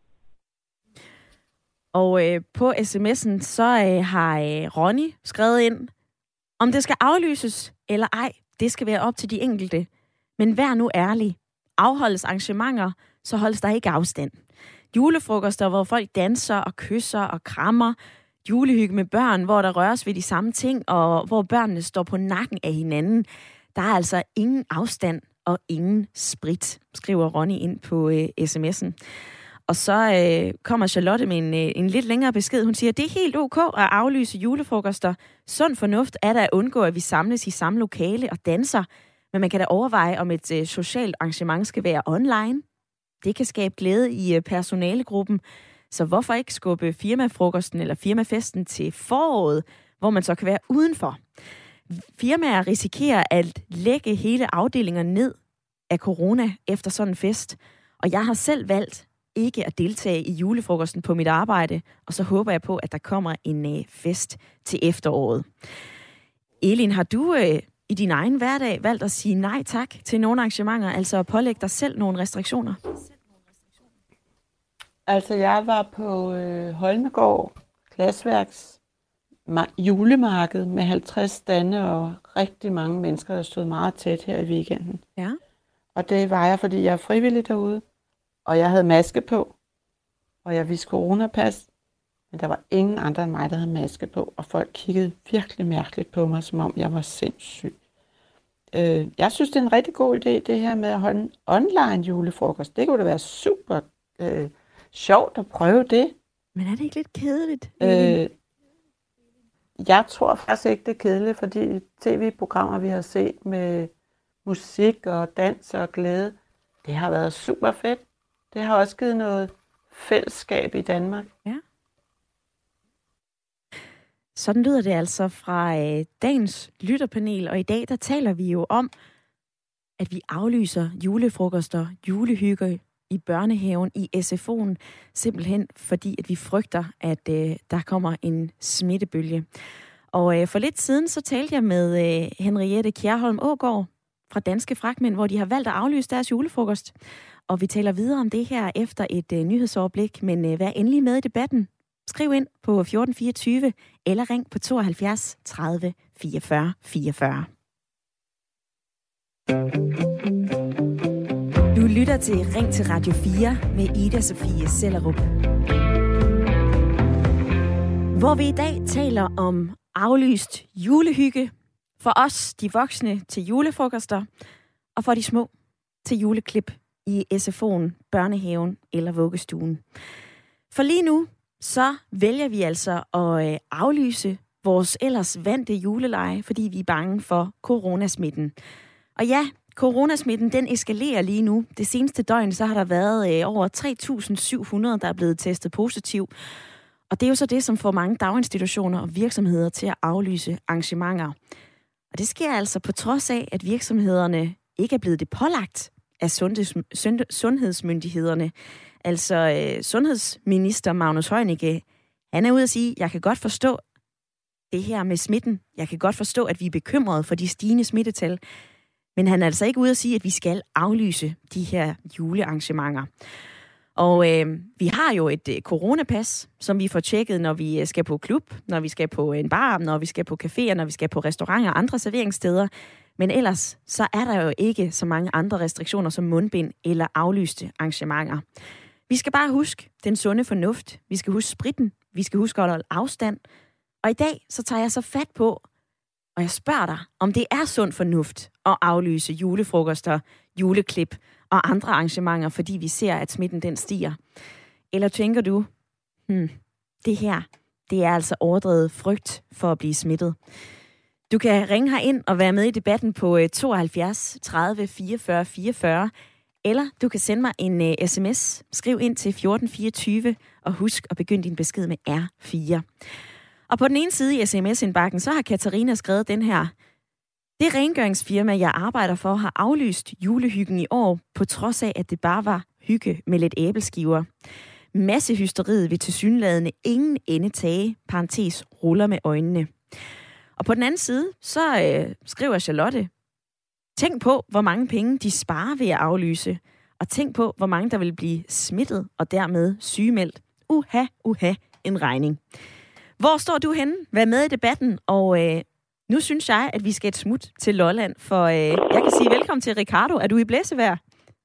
Og øh, på sms'en, så øh, har øh, Ronny skrevet ind, om det skal aflyses eller ej, det skal være op til de enkelte. Men vær nu ærlig. Afholdes arrangementer, så holdes der ikke afstand. Julefrokoster, hvor folk danser og kysser og krammer. Julehygge med børn, hvor der røres ved de samme ting, og hvor børnene står på nakken af hinanden. Der er altså ingen afstand og ingen sprit, skriver Ronny ind på øh, sms'en. Og så øh, kommer Charlotte med en, øh, en lidt længere besked. Hun siger, det er helt ok at aflyse julefrokoster. Sund fornuft er der at undgå, at vi samles i samme lokale og danser. Men man kan da overveje, om et øh, socialt arrangement skal være online. Det kan skabe glæde i øh, personalegruppen. Så hvorfor ikke skubbe firmafrokosten eller firmafesten til foråret, hvor man så kan være udenfor? Firmaer risikerer at lægge hele afdelinger ned af corona efter sådan en fest. Og jeg har selv valgt ikke at deltage i julefrokosten på mit arbejde. Og så håber jeg på, at der kommer en øh, fest til efteråret. Elin, har du... Øh, i din egen hverdag valgt at sige nej tak til nogle arrangementer, altså at pålægge dig selv nogle restriktioner? Altså, jeg var på øh, Holmegård Glasværks julemarked med halvtreds stande og rigtig mange mennesker, der stod meget tæt her i weekenden. Ja. Og det var jeg, fordi jeg er frivillig derude, og jeg havde maske på, og jeg viste coronapas, men der var ingen andre end mig, der havde maske på, og folk kiggede virkelig mærkeligt på mig, som om jeg var sindssyg. Øh, jeg synes, det er en rigtig god idé, det her med at holde en online julefrokost. Det kunne da være super øh, sjovt at prøve det. Men er det ikke lidt kedeligt? Øh, jeg tror faktisk ikke, det er kedeligt, fordi tv-programmer, vi har set med musik og dans og glæde, det har været super fedt. Det har også givet noget fællesskab i Danmark. Ja. Sådan lyder det altså fra øh, dagens lytterpanel, og i dag der taler vi jo om, at vi aflyser julefrokoster, julehygge i børnehaven, i S F O'en, simpelthen fordi, at vi frygter, at øh, der kommer en smittebølge. Og øh, for lidt siden, så talte jeg med øh, Henriette Kjærholm Aagaard fra danske fragtmænd, hvor de har valgt at aflyse deres julefrokost. Og vi taler videre om det her efter et uh, nyhedsoverblik, men uh, vær endelig med i debatten. Skriv ind på fjorten fireogtyve eller ring på tooghalvfjerds tredive fireogfyrre fireogfyrre. Du lytter til Ring til Radio fire med Ida Sofie Sellerup. Hvor vi i dag taler om aflyst julehygge. For os, de voksne, til julefrokoster. Og for de små, til juleklip i S F O'en, børnehaven eller vuggestuen. For lige nu, så vælger vi altså at aflyse vores ellers vante juleleje, fordi vi er bange for coronasmitten. Og ja, coronasmitten, den eskalerer lige nu. Det seneste døgn, så har der været over tre tusind syv hundrede, der er blevet testet positiv. Og det er jo så det, som får mange daginstitutioner og virksomheder til at aflyse arrangementer. Og det sker altså på trods af, at virksomhederne ikke er blevet det pålagt af sundheds- sundhedsmyndighederne. Altså øh, sundhedsminister Magnus Heunicke, han er ude at sige, jeg kan godt forstå det her med smitten. Jeg kan godt forstå, at vi er bekymrede for de stigende smittetal. Men han er altså ikke ude at sige, at vi skal aflyse de her julearrangementer. Og øh, vi har jo et øh, coronapas, som vi får tjekket, når vi skal på klub, når vi skal på en bar, når vi skal på caféer, når vi skal på restauranter og andre serveringssteder. Men ellers så er der jo ikke så mange andre restriktioner som mundbind eller aflyste arrangementer. Vi skal bare huske den sunde fornuft. Vi skal huske spritten. Vi skal huske at holde afstand. Og i dag så tager jeg så fat på, og jeg spørger dig, om det er sund fornuft at aflyse julefrokoster, juleklip og andre arrangementer, fordi vi ser, at smitten den stiger. Eller tænker du, hmm, det her, det er altså overdrevet frygt for at blive smittet. Du kan ringe her ind og være med i debatten på tooghalvfjerds tredive fireogfyrre fireogfyrre, eller du kan sende mig en uh, sms. Skriv ind til fjorten fireogtyve, og husk at begynde din besked med R fire. Og på den ene side i sms-indbakken, så har Katarina skrevet den her. Det rengøringsfirma, jeg arbejder for, har aflyst julehyggen i år, på trods af, at det bare var hygge med lidt æbleskiver. Massehysteriet vil tilsyneladende ingen ende tage, parentes ruller med øjnene. Og på den anden side, så øh, skriver Charlotte, tænk på, hvor mange penge de sparer ved at aflyse, og tænk på, hvor mange der vil blive smittet og dermed sygemeldt. Uha, uha, en regning. Hvor står du henne? Vær med i debatten, og øh, nu synes jeg, at vi skal et smut til Lolland, for øh, jeg kan sige velkommen til Ricardo. Er du i blæsevejr?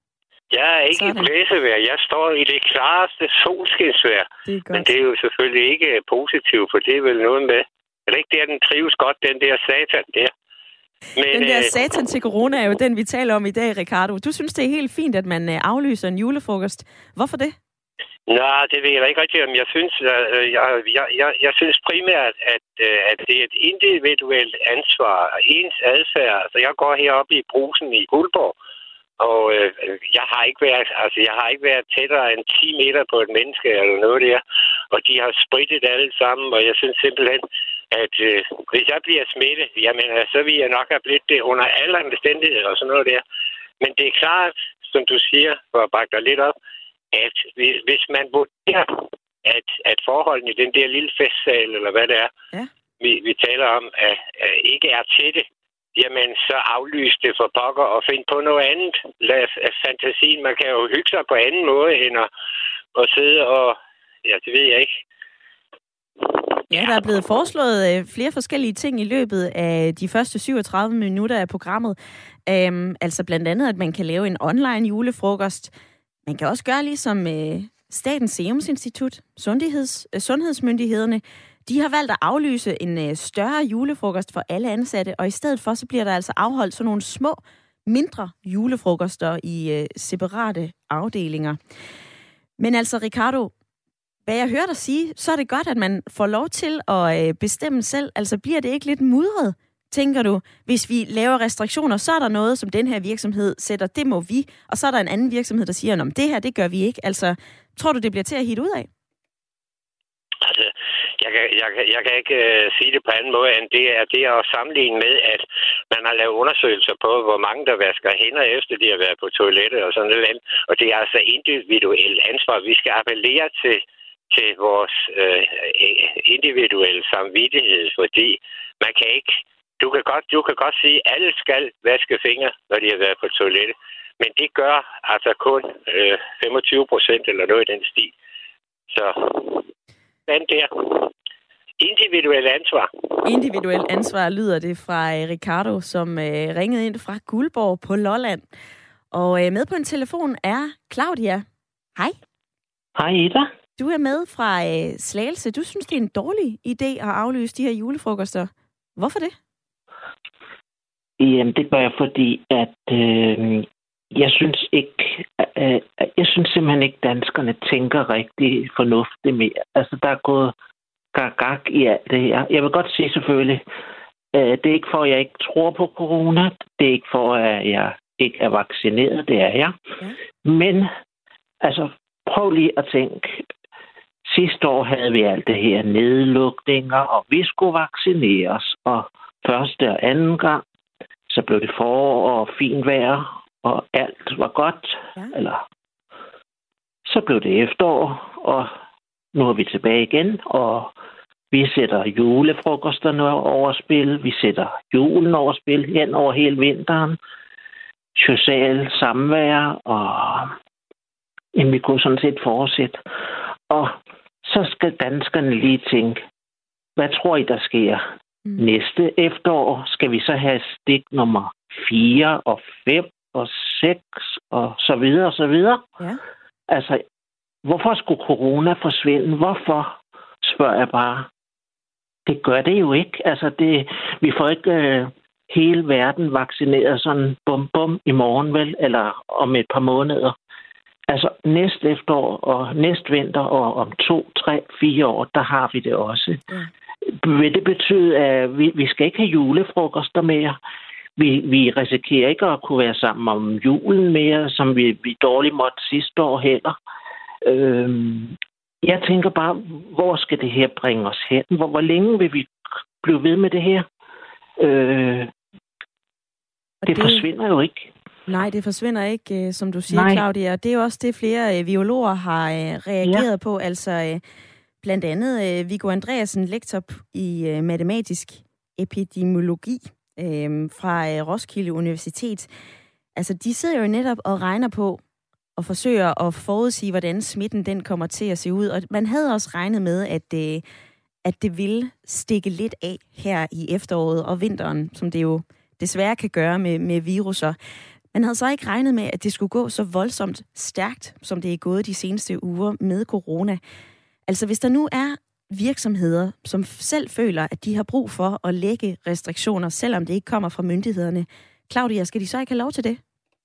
Jeg er ikke Sådan. i blæsevejr. Jeg står i det klareste solskinsvejr. Det Men det er jo selvfølgelig ikke positivt, for det er vel noget med... Er det ikke der, den trives godt, den der satan der? Men, den der øh, satan til corona er jo den, vi taler om i dag, Ricardo. Du synes, det er helt fint, at man øh, aflyser en julefrokost. Hvorfor det? Nej, det ved jeg ikke rigtigt om. Jeg synes, jeg, jeg, jeg, jeg, jeg synes primært, at, at det er et individuelt ansvar og ens adfærd. Altså, jeg går heroppe i Brugsen i Guldborg, og øh, jeg har ikke været, altså, jeg har ikke været tættere end ti meter på et menneske eller noget der, og de har spritet alle sammen, og jeg synes simpelthen, at øh, hvis jeg bliver smittet, jamen, så vil jeg nok have blivet det under alle omstændigheder og sådan noget der. Men det er klart, som du siger, for at bakke dig lidt op, at hvis man vurderer, at, at forholdene i den der lille festsal, eller hvad det er, ja. vi, vi taler om, at, at ikke er til det, jamen så aflys det for pokker og find på noget andet. Lad fantasien, man kan jo hygge sig på anden måde, end at, at sidde og, ja, det ved jeg ikke. Ja, der er blevet foreslået flere forskellige ting i løbet af de første syvogtredive minutter af programmet. Um, altså blandt andet, at man kan lave en online julefrokost. Man kan også gøre ligesom øh, Statens Serum Institut, sundheds, øh, sundhedsmyndighederne. De har valgt at aflyse en øh, større julefrokost for alle ansatte, og i stedet for, så bliver der altså afholdt sådan nogle små, mindre julefrokoster i øh, separate afdelinger. Men altså, Ricardo, hvad jeg hører dig sige, så er det godt, at man får lov til at øh, bestemme selv. Altså, bliver det ikke lidt mudret, tænker du, hvis vi laver restriktioner, så er der noget, som den her virksomhed sætter, det må vi, og så er der en anden virksomhed, der siger, om det her, det gør vi ikke. Altså, tror du, det bliver til at hitte ud af? Altså, jeg kan, jeg, jeg kan ikke uh, sige det på anden måde, end det er det at sammenligne med, at man har lavet undersøgelser på, hvor mange der vasker hænder efter, de har været på toilettet og sådan noget. Og det er altså individuelt ansvar. Vi skal appellere til, til vores uh, individuelle samvittighed, fordi man kan ikke du kan godt, du kan godt sige, at alle skal vaske fingre, når de har været på toilettet. Men det gør altså kun øh, femogtyve procent eller noget i den stil. Så den der individuel ansvar. Individuel ansvar lyder det fra øh, Ricardo, som øh, ringede ind fra Guldborg på Lolland. Og øh, med på en telefon er Claudia. Hej. Hej Ida. Du er med fra øh, Slagelse. Du synes, det er en dårlig idé at aflyse de her julefrokoster. Hvorfor det? Jamen, det gør jeg, fordi at øh, jeg synes ikke, øh, jeg synes simpelthen ikke, danskerne tænker rigtig fornuftigt mere. Altså, der er gået gag i alt det her. Jeg vil godt sige selvfølgelig, øh, det er ikke for, at jeg ikke tror på corona. Det er ikke for, at jeg ikke er vaccineret. Det er jeg. Ja. Men, altså, prøv lige at tænke. Sidste år havde vi alt det her nedlukninger, og vi skulle vaccineres. Og første og anden gang, så blev det forår og fint vejr, og alt var godt. Ja. Eller så blev det efterår, og nu er vi tilbage igen, og vi sætter julefrokosterne over spil. Vi sætter julen over spil hen over hele vinteren. Social samvær, og jamen, vi kunne sådan set fortsætte. Og så skal danskerne lige tænke, hvad tror I, der sker? Mm. Næste efterår skal vi så have stik nummer fire og fem og seks og så videre og så videre. Ja. Altså, hvorfor skulle corona forsvinde? Hvorfor, spørger jeg bare. Det gør det jo ikke. Altså, det, vi får ikke øh, hele verden vaccineret sådan bum bum i morgen, vel? Eller om et par måneder. Altså, næste efterår og næste vinter og om to, tre, fire år, der har vi det også. Ja. Vil det betyde, at vi, vi skal ikke have julefrokoster mere? Vi, vi risikerer ikke at kunne være sammen om julen mere, som vi, vi dårligt måtte sidste år heller. Øhm, jeg tænker bare, hvor skal det her bringe os hen? Hvor, hvor længe vil vi blive ved med det her? Øh, det, det forsvinder jo ikke. Nej, det forsvinder ikke, som du siger, Nej. Claudia. Det er jo også det, flere øh, biologer har øh, reageret ja. på. Altså øh, blandt andet øh, Viggo Andreasen, lektor i øh, matematisk epidemiologi øh, fra øh, Roskilde Universitet. Altså, de sidder jo netop og regner på og forsøger at forudsige, hvordan smitten den kommer til at se ud. Og man havde også regnet med, at, øh, at det ville stikke lidt af her i efteråret og vinteren, som det jo desværre kan gøre med, med viruser. Man havde så ikke regnet med, at det skulle gå så voldsomt stærkt, som det er gået de seneste uger med corona. Altså hvis der nu er virksomheder, som selv føler, at de har brug for at lægge restriktioner, selvom det ikke kommer fra myndighederne. Claudia, skal de så ikke have lov til det?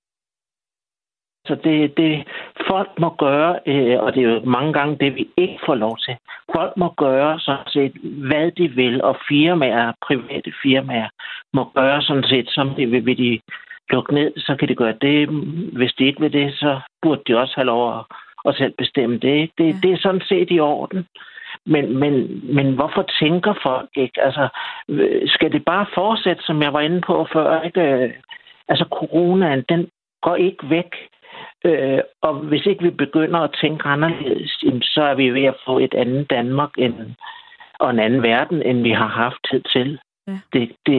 Så det, det folk må gøre, øh, og det er jo mange gange det, vi ikke får lov til. Folk må gøre sådan set, hvad de vil, og firmaer, private firmaer, må gøre sådan set, som de vil, vil de lukke ned, så kan de gøre det. Hvis de ikke vil det, så burde de også have lov at, at selv bestemme det. Det, ja. det er sådan set i orden. Men, men, men hvorfor tænker folk ikke? Altså, skal det bare fortsætte, som jeg var inde på før? Ikke? Altså, coronaen, den går ikke væk. Øh, og hvis ikke vi begynder at tænke anderledes, så er vi ved at få et andet Danmark end, og en anden verden, end vi har haft tid til. Ja. Det, det,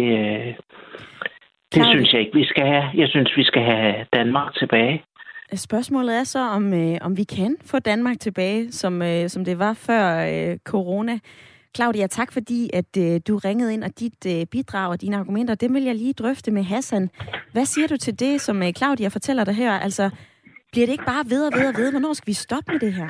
det synes jeg ikke, vi skal have. Jeg synes, vi skal have Danmark tilbage. Spørgsmålet er så, om, øh, om vi kan få Danmark tilbage, som, øh, som det var før øh, corona. Claudia, tak fordi, at øh, du ringede ind, og dit øh, bidrag og dine argumenter, det vil jeg lige drøfte med Hassan. Hvad siger du til det, som øh, Claudia fortæller dig her? Altså, bliver det ikke bare ved og ved og ved? Hvornår skal vi stoppe med det her?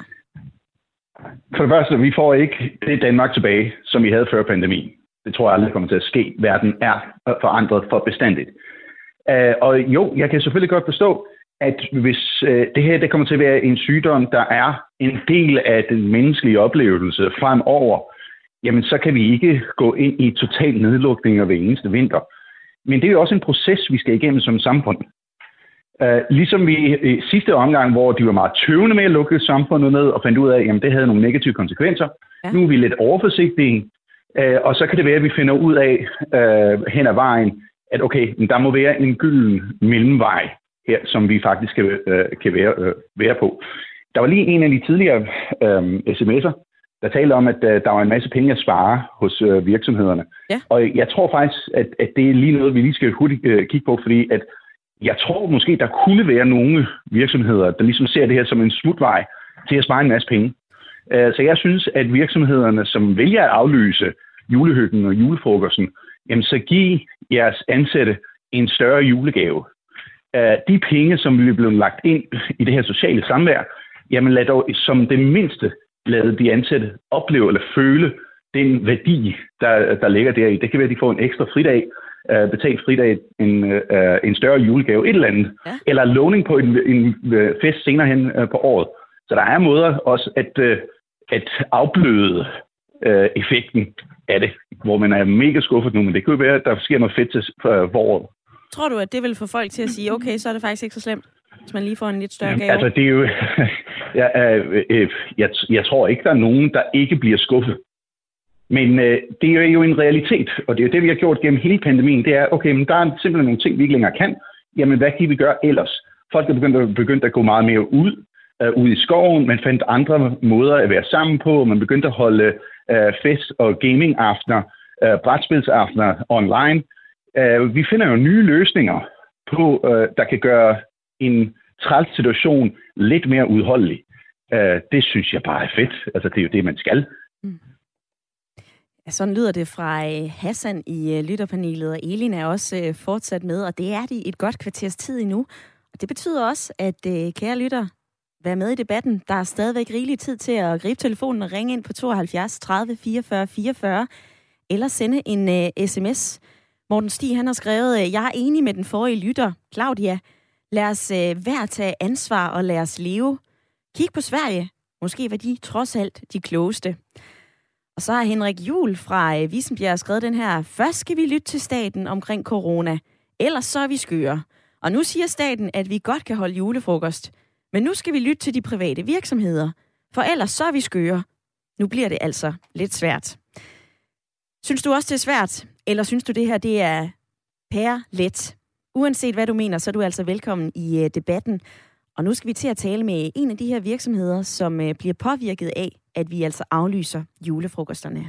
For det første, vi får ikke det Danmark tilbage, som vi havde før pandemien. Det tror jeg aldrig kommer til at ske. Verden er forandret for bestandigt. Uh, og jo, jeg kan selvfølgelig godt forstå, at hvis øh, det her det kommer til at være en sygdom, der er en del af den menneskelige oplevelse fremover, jamen så kan vi ikke gå ind i total nedlukning hver eneste vinter. Men det er jo også en proces, vi skal igennem som samfund. Uh, ligesom vi i sidste omgang, hvor de var meget tøvende med at lukke samfundet ned og fandt ud af, at det havde nogle negative konsekvenser. Ja. Nu er vi lidt overforsigtige, uh, og så kan det være, at vi finder ud af uh, hen ad vejen, at okay, der må være en gylden mellemvej her, som vi faktisk kan, øh, kan være, øh, være på. Der var lige en af de tidligere øh, sms'er, der talte om, at uh, der var en masse penge at spare hos uh, virksomhederne. Ja. Og jeg tror faktisk, at, at det er lige noget, vi lige skal hurtigt uh, kigge på, fordi at jeg tror måske, der kunne være nogle virksomheder, der ligesom ser det her som en smutvej til at spare en masse penge. Uh, så jeg synes, at virksomhederne, som vælger at aflyse julehyggen og julefrokosten, jamen så giv jeres ansatte en større julegave. Uh, de penge, som vi er blevet lagt ind i det her sociale samvær, jamen lad dog som det mindste lade de ansatte opleve eller føle den værdi, der, der ligger deri. Det kan være, at de får en ekstra fridag, uh, betalt fridag, en, uh, en større julegave, et eller andet, ja. Eller lovning på en, en fest senere hen uh, på året. Så der er måder også at, uh, at afbløde uh, effekten af det, hvor man er mega skuffet nu, men det kan jo være, at der sker noget fedt til uh, foråret. Tror du, at det vil få folk til at sige, okay, så er det faktisk ikke så slemt, hvis man lige får en lidt større gave? Altså, det er jo... jeg, øh, jeg, jeg tror ikke, der er nogen, der ikke bliver skuffet. Men øh, det er jo en realitet, og det er jo det, vi har gjort gennem hele pandemien. Det er, okay, men der er simpelthen nogle ting, vi ikke længere kan. Jamen, hvad kan vi gøre ellers? Folk er begyndt at, begyndt at gå meget mere ud, øh, ud i skoven. Man fandt andre måder at være sammen på. Man begyndte at holde øh, fest- og gaming-aftener, øh, brætspilsaftener online. Uh, vi finder jo nye løsninger på, uh, der kan gøre en træls situation lidt mere udholdelig. Uh, det synes jeg bare er fedt. Altså, det er jo det, man skal. Mm. Ja, sådan lyder det fra Hassan i uh, lytterpanelet, og Elin er også uh, fortsat med, og det er de et godt kvarters tid endnu. Og det betyder også, at uh, kære lytter, vær med i debatten. Der er stadigvæk rigelig tid til at gribe telefonen og ringe ind på tooghalvfjerds tredive fireogfyrre fireogfyrre, eller sende en uh, sms. Morten Stig, han har skrevet, jeg er enig med den forrige lytter, Claudia. Lad os øh, hver tage ansvar og lad os leve. Kig på Sverige. Måske var de trods alt de klogeste. Og så har Henrik Juhl fra øh, Vissenbjerg skrevet den her. Først skal vi lytte til staten omkring corona. Ellers så er vi skøre. Og nu siger staten, at vi godt kan holde julefrokost. Men nu skal vi lytte til de private virksomheder. For ellers så er vi skøre. Nu bliver det altså lidt svært. Synes du også, det er svært? Eller synes du, det her det er pære-let? Uanset hvad du mener, så er du altså velkommen i uh, debatten. Og nu skal vi til at tale med en af de her virksomheder, som uh, bliver påvirket af, at vi altså aflyser julefrokosterne.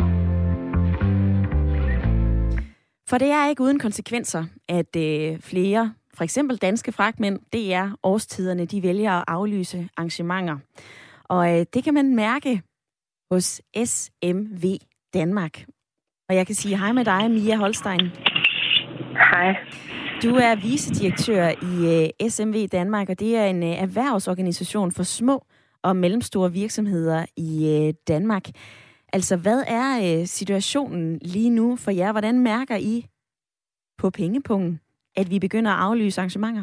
For det er ikke uden konsekvenser, at uh, flere, for eksempel danske fragtmænd, det er årstiderne, de vælger at aflyse arrangementer. Og uh, det kan man mærke hos S M V Danmark. Og jeg kan sige hej med dig, Mia Holstein. Hej. Du er vicedirektør i uh, S M V Danmark, og det er en uh, erhvervsorganisation for små og mellemstore virksomheder i uh, Danmark. Altså, hvad er uh, situationen lige nu for jer? Hvordan mærker I på pengepungen, at vi begynder at aflyse arrangementer?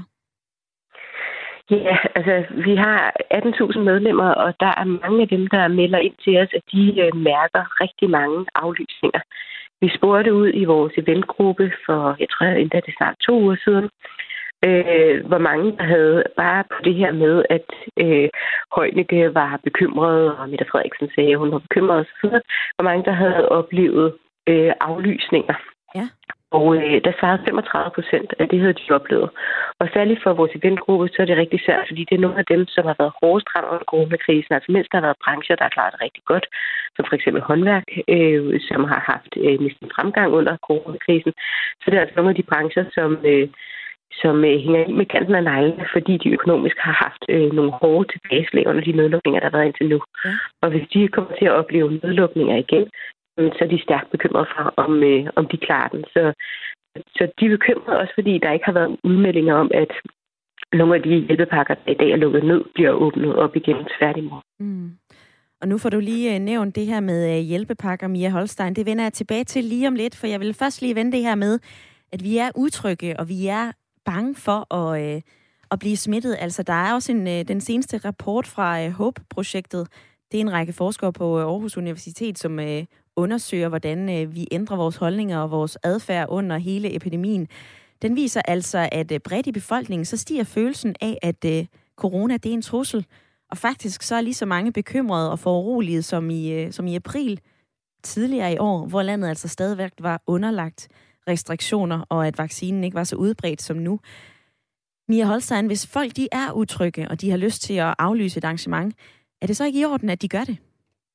Ja, altså vi har atten tusind medlemmer, og der er mange af dem, der melder ind til os, at de øh, mærker rigtig mange aflysninger. Vi spurgte ud i vores eventgruppe for, jeg tror endda det er snart to uger siden, øh, hvor mange der havde bare på det her med, at øh, Heunicke var bekymret, og Mette Frederiksen sagde, at hun var bekymret osv., hvor mange der havde oplevet øh, aflysninger. Ja. Og øh, der svarede femogtredive procent af det, havde de oplevet. Og særligt for vores eventgruppe, så er det rigtig svært, fordi det er nogle af dem, som har været hårdest ramt under coronakrisen. Altså mindst der har været brancher, der har klaret det rigtig godt, som for eksempel håndværk, øh, som har haft øh, næsten fremgang under coronakrisen. Så det er altså nogle af de brancher, som, øh, som øh, hænger i med kanten af neglene, fordi de økonomisk har haft øh, nogle hårde tilbageslag under de nedlukninger, der har været indtil nu. Ja. Og hvis de kommer til at opleve nedlukninger igen, så er de stærkt bekymrede for, om, øh, om de klarer den. Så, så de er bekymrede også, fordi der ikke har været udmeldinger om, at nogle af de hjælpepakker, der i dag er lukket ned, bliver åbnet op igen tværtimod. Mm. Og nu får du lige nævnt det her med hjælpepakker, Mia Holstein. Det vender jeg tilbage til lige om lidt, for jeg vil først lige vende det her med, at vi er utrygge, og vi er bange for at, øh, at blive smittet. Altså, der er også en, øh, den seneste rapport fra øh, HOPE-projektet. Det er en række forskere på Aarhus Universitet, som øh, undersøger, hvordan øh, vi ændrer vores holdninger og vores adfærd under hele epidemien. Den viser altså, at øh, bredt i befolkningen, så stiger følelsen af, at øh, corona det er en trussel. Og faktisk så er lige så mange bekymrede og foruroliget som i, øh, som i april tidligere i år, hvor landet altså stadigvæk var underlagt restriktioner, og at vaccinen ikke var så udbredt som nu. Mia Holstein, hvis folk de er utrygge, og de har lyst til at aflyse et arrangement, er det så ikke i orden, at de gør det?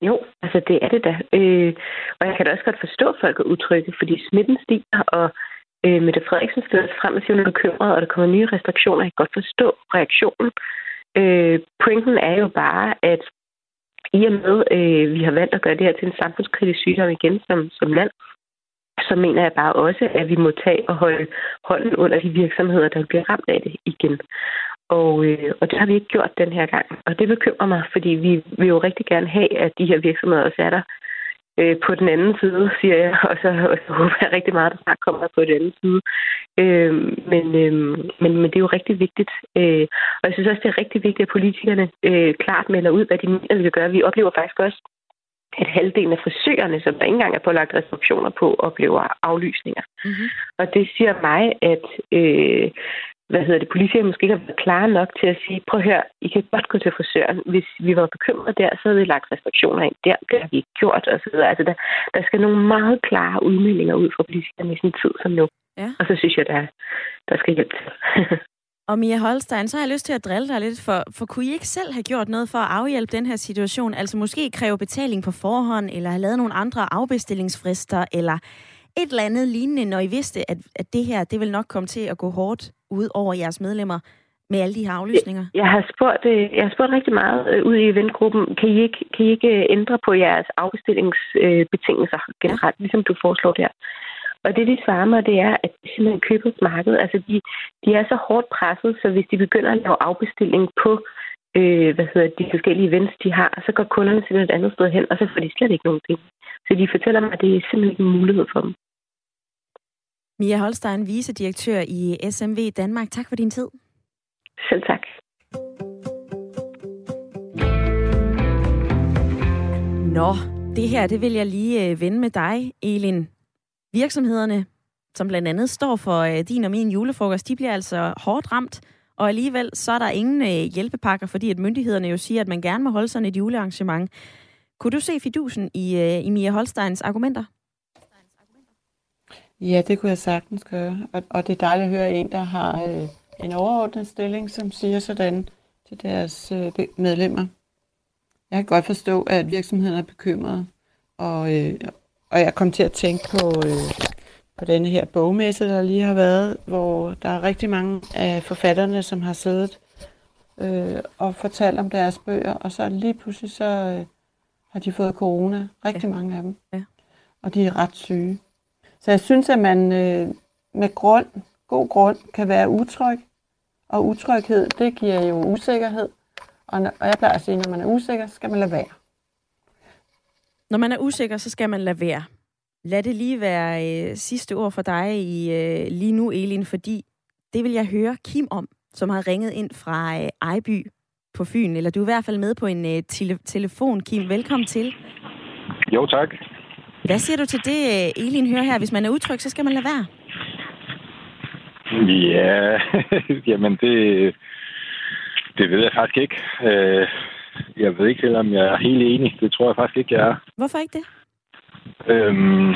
Jo, altså det er det da. Øh, og jeg kan da også godt forstå, at folk er utrygge, fordi smitten stiger, og øh, Mette Frederiksen stiller sig frem og siger, at hun er bekymret, og der kommer nye restriktioner. Jeg kan godt forstå reaktionen. Øh, pointen er jo bare, at i og med, øh, vi har valgt at gøre det her til en samfundskritisk sygdom igen som, som land, så mener jeg bare også, at vi må tage og holde hånden under de virksomheder, der bliver ramt af det igen. Og, øh, og det har vi ikke gjort den her gang. Og det bekymrer mig, fordi vi vil jo rigtig gerne have, at de her virksomheder også er der øh, på den anden side, siger jeg. Og så, og så håber jeg rigtig meget, at der snart kommer på den anden side. Øh, men, øh, men, men det er jo rigtig vigtigt. Øh, og jeg synes også, det er rigtig vigtigt, at politikerne øh, klart melder ud, hvad de mener, vi vil gøre. Vi oplever faktisk også, at halvdelen af frisørerne, som der ikke engang er pålagt restriktioner på, oplever aflysninger. Mm-hmm. Og det siger mig, at øh, hvad hedder det, politikere måske ikke har været klare nok til at sige, prøv at høre, I kan godt gå til frisøren. Hvis vi var bekymrede der, så havde vi lagt restriktioner ind der. Det har vi ikke gjort, og så videre. Altså, der, der skal nogle meget klare udmeldinger ud fra politikerne i sådan en tid som nu. Ja. Og så synes jeg, der, der skal hjælp til. Og Mia Holstein, så har jeg lyst til at drille dig lidt, for, for kunne I ikke selv have gjort noget for at afhjælpe den her situation? Altså måske kræve betaling på forhånd, eller have lavet nogle andre afbestillingsfrister, eller et eller andet lignende, når I vidste, at, at det her, det vil nok komme til at gå hårdt ud over jeres medlemmer med alle de her aflysninger? Jeg, jeg har spurgt, jeg har spurgt rigtig meget ud i eventgruppen. Kan I ikke, kan I ikke ændre på jeres afbestillingsbetingelser generelt, ja. Ligesom du foreslår der? Og det, de svarer mig, det er, at det simpelthen købersmarkedet, altså de, de er så hårdt presset, så hvis de begynder at lave afbestilling på øh, hvad hedder de forskellige events, de har, så går kunderne simpelthen et andet sted hen, og så får de slet ikke nogen penge. Så de fortæller mig, at det er simpelthen ikke en mulighed for dem. Mia Holstein, vicedirektør i S M V Danmark. Tak for din tid. Selv tak. Nå, det her, det vil jeg lige vende med dig, Elin. Virksomhederne, som blandt andet står for din og min julefrokost, de bliver altså hårdt ramt, og alligevel så er der ingen hjælpepakker, fordi at myndighederne jo siger, at man gerne må holde sådan et julearrangement. Kunne du se fidusen i, i Mia Holsteins argumenter? Ja, det kunne jeg sagtens gøre, og, og det er dejligt at høre en, der har øh, en overordnet stilling, som siger sådan til deres øh, medlemmer. Jeg kan godt forstå, at virksomhederne er bekymrede, og øh, Og jeg kom til at tænke på, øh, på denne her bogmesse, der lige har været, hvor der er rigtig mange af forfatterne, som har siddet øh, og fortalt om deres bøger, og så lige pludselig så øh, har de fået corona, rigtig ja. mange af dem, ja. og de er ret syge. Så jeg synes, at man øh, med grund, god grund kan være utryg, og utryghed, det giver jo usikkerhed, og, og jeg plejer at sige, at når man er usikker, så skal man lade være. Når man er usikker, så skal man lade være. Lad det lige være øh, sidste ord for dig i, øh, lige nu, Elin, fordi det vil jeg høre Kim om, som har ringet ind fra øh, Ejby på Fyn. Eller du er i hvert fald med på en øh, tele- telefon. Kim, velkommen til. Jo, tak. Hvad siger du til det, øh, Elin hører her? Hvis man er utryg, så skal man lade være. Ja, jamen det, det ved jeg faktisk ikke. Øh... Jeg ved ikke, om jeg er helt enig. Det tror jeg faktisk ikke, jeg er. Hvorfor ikke det? Øhm,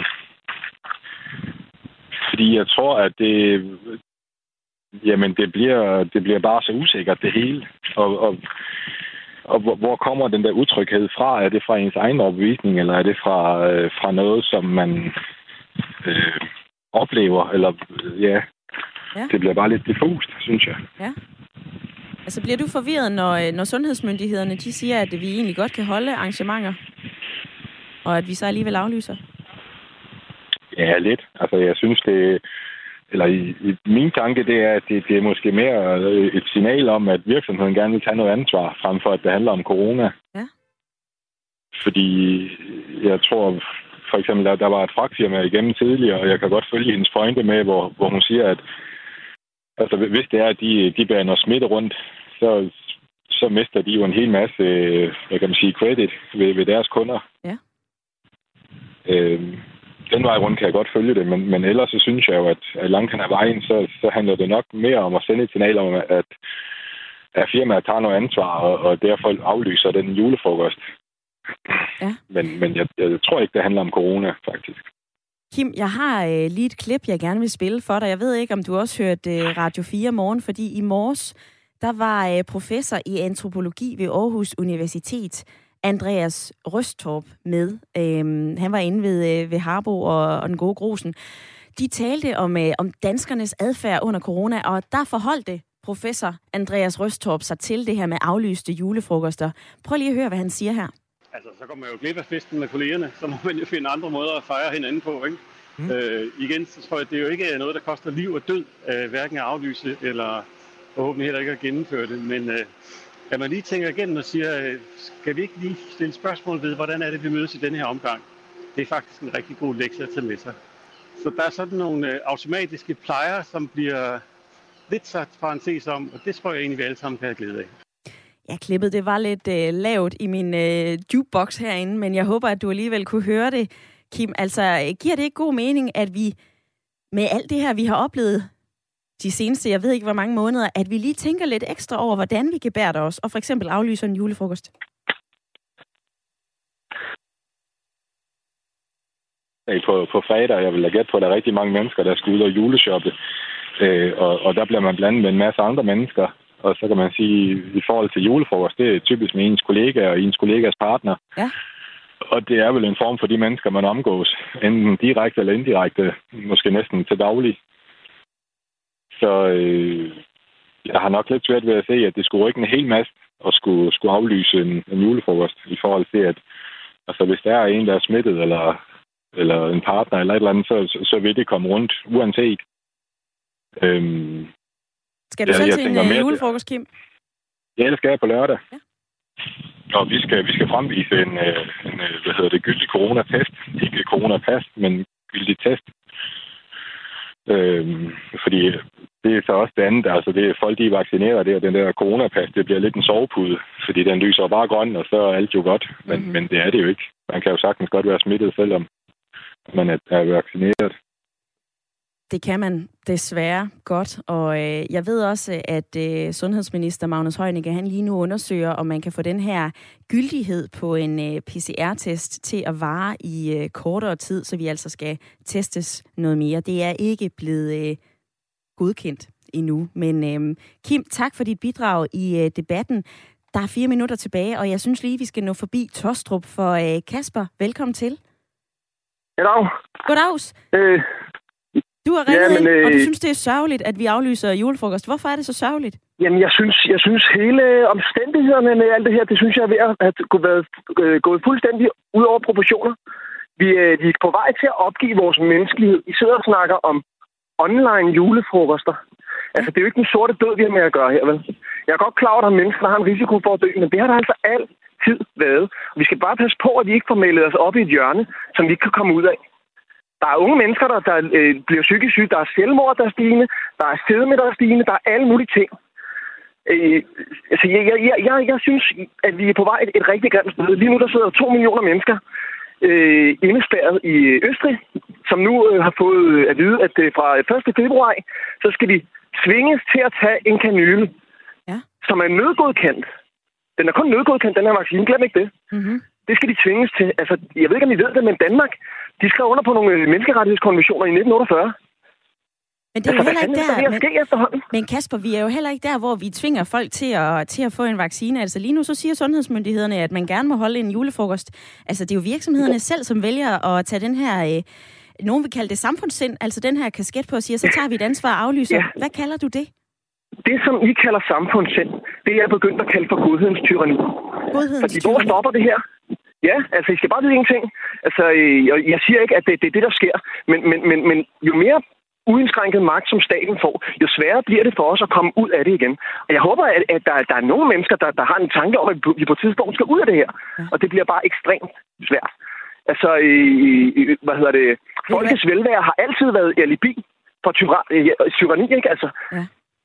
fordi jeg tror, at det, jamen det bliver, det bliver bare så usikkert, det hele. Og, og, og hvor kommer den der utryghed fra? Er det fra ens egen overbevisning, eller er det fra, øh, fra noget, som man øh, oplever? Eller ja, ja, det bliver bare lidt diffust, synes jeg. Ja. Altså bliver du forvirret, når, når sundhedsmyndighederne de siger, at vi egentlig godt kan holde arrangementer, og at vi så alligevel aflyser? Ja, lidt. Altså jeg synes, det eller i, i min tanke, det er, at det, det er måske mere et signal om, at virksomheden gerne vil tage noget ansvar, frem for at det handler om corona. Ja. Fordi jeg tror, for eksempel, der, der var et fragtfirma igennem tidligere, og jeg kan godt følge hendes pointe med, hvor, hvor hun siger, at altså, hvis det er, at de, de bærer noget smitte rundt, så, så mister de jo en hel masse, hvad kan man sige, credit ved, ved deres kunder. Ja. Øhm, den vej rundt kan jeg godt følge det, men, men ellers så synes jeg jo, at, at langt hen ad vejen, så, så handler det nok mere om at sende et signal om, at, at firmaer tager noget ansvar, og, og derfor aflyser den julefrokost. Ja. Men, men jeg, jeg tror ikke, det handler om corona, faktisk. Kim, jeg har øh, lige et klip, jeg gerne vil spille for dig. Jeg ved ikke, om du også hørte øh, Radio fire morgen, fordi i morges, der var øh, professor i antropologi ved Aarhus Universitet, Andreas Røstorp med. Øhm, han var inde ved, øh, ved Harbo og, og den gode Grosen. De talte om, øh, om danskernes adfærd under corona, og der forholdte professor Andreas Røstorp sig til det her med aflyste julefrokoster. Prøv lige at høre, hvad han siger her. Altså, så kommer man jo glip af festen med kollegerne, så må man jo finde andre måder at fejre hinanden på, ikke? Mm. Øh, igen, så tror jeg, det er jo ikke noget, der koster liv og død, øh, hverken at aflyse, eller forhåbentlig heller ikke at gennemføre det, men øh, at man lige tænker igennem og siger, øh, skal vi ikke lige stille spørgsmål ved, hvordan er det, vi mødes i denne her omgang? Det er faktisk en rigtig god lektie at tage med sig. Så der er sådan nogle øh, automatiske plejer, som bliver lidt sat parentes om, og det tror jeg egentlig, vi alle sammen kan have glæde af. Ja, klippet det var lidt øh, lavt i min øh, jukebox herinde, men jeg håber, at du alligevel kunne høre det, Kim. Altså, giver det ikke god mening, at vi med alt det her, vi har oplevet de seneste, jeg ved ikke hvor mange måneder, at vi lige tænker lidt ekstra over, hvordan vi gebærder os, og for eksempel aflyser en julefrokost? På, på fredag, jeg vil da gætte på, at der er rigtig mange mennesker, der skal ud og juleshoppe, øh, og, og der bliver man blandet med en masse andre mennesker. Og så kan man sige, i forhold til julefrokost, det er typisk med ens kollega og ens kollegas partner. Ja. Og det er vel en form for de mennesker, man omgås, enten direkte eller indirekte, måske næsten til daglig. Så øh, jeg har nok lidt svært ved at se, at det skulle rykke en hel masse og skulle, skulle aflyse en, en julefrokost i forhold til, at altså, hvis der er en, der er smittet, eller, eller en partner eller et eller andet, så, så, så vil det komme rundt uanset. Øhm, Skal du ja, selv til en uh, julefrokost, Kim? Ja, det skal jeg på lørdag. Ja. Og vi skal, vi skal fremvise en, en hvad hedder det, gyldig coronatest. Ikke coronapas, men gyldig test. Øhm, fordi det er så også det andet. Altså, det er folk, de er vaccineret der. Den der coronapas, det bliver lidt en sovepude. Fordi den lyser bare grøn, og så er alt jo godt. Men, mm-hmm. men det er det jo ikke. Man kan jo sagtens godt være smittet, selvom man er, er vaccineret. Det kan man desværre godt, og øh, jeg ved også, at øh, sundhedsminister Magnus Heunicke, han lige nu undersøger, om man kan få den her gyldighed på en øh, P C R-test til at vare i øh, kortere tid, så vi altså skal testes noget mere. Det er ikke blevet øh, godkendt endnu, men øh, Kim, tak for dit bidrag i øh, debatten. Der er fire minutter tilbage, og jeg synes lige, vi skal nå forbi Tostrup for øh, Kasper. Velkommen til. Goddag. Goddags. Øh. Du har ringet ja, men, ind, øh, og du synes, det er sørgeligt, at vi aflyser julefrokost. Hvorfor er det så sørgeligt? Jamen, jeg synes, jeg synes hele omstændighederne med alt det her, det synes jeg er ved at have været øh, gået fuldstændig ud over proportioner. Vi, øh, vi er på vej til at opgive vores menneskelighed. I sidder og snakker om online julefrokoster. Altså, det er jo ikke den sorte død, vi har med at gøre her, vel? Jeg er godt klar over, at der er mennesker, der har en risiko for at dø, men det har der altså altid været. Vi skal bare passe på, at vi ikke får meldet os op i et hjørne, som vi ikke kan komme ud af. Der er unge mennesker, der, der øh, bliver psykisk syge. Der er selvmord, der er stigende. Der er fedme, der er stigende. Der er alle mulige ting. Øh, altså, jeg, jeg, jeg, jeg synes, at vi er på vej et, et rigtig grimt sted. Lige nu der sidder to millioner mennesker øh, indespærret i Østrig, som nu øh, har fået at vide, at øh, fra første februar, så skal de tvinges til at tage en kanyle, ja. Som er nødgodkendt. Den er kun nødgodkendt, den her vaccine. Glem ikke det. Mm-hmm. Det skal de tvinges til. Altså, jeg ved ikke, om I ved det, men Danmark, de skrev under på nogle menneskerettighedskonventioner i nitten otteogfyrre. Men det er altså, jo heller ikke der. Men, men Kasper, vi er jo heller ikke der, hvor vi tvinger folk til at, til at få en vaccine. Altså lige nu så siger sundhedsmyndighederne, at man gerne må holde en julefrokost. Altså det er jo virksomhederne ja. selv, som vælger at tage den her, øh, nogen vil kalde det samfundssind, altså den her kasket på og siger, så tager vi et ansvar og aflyser. Ja. Hvad kalder du det? Det, som I kalder samfundssind, det er jeg begyndt at kalde for godhedens tyranni. Godhedens Fordi hvor stopper det her? Ja, altså I skal bare vide ingenting. Altså, jeg, jeg siger ikke, at det, det er det, der sker. Men, men, men, men jo mere uindskrænket magt, som staten får, jo sværere bliver det for os at komme ud af det igen. Og jeg håber, at, at der, der er nogle mennesker, der, der har en tanke om, at vi på et tidspunkt skal ud af det her. Og det bliver bare ekstremt svært. Altså, i, hvad hedder det? Folkets velvære har altid været alibi for tyranni, ikke? Altså, ja.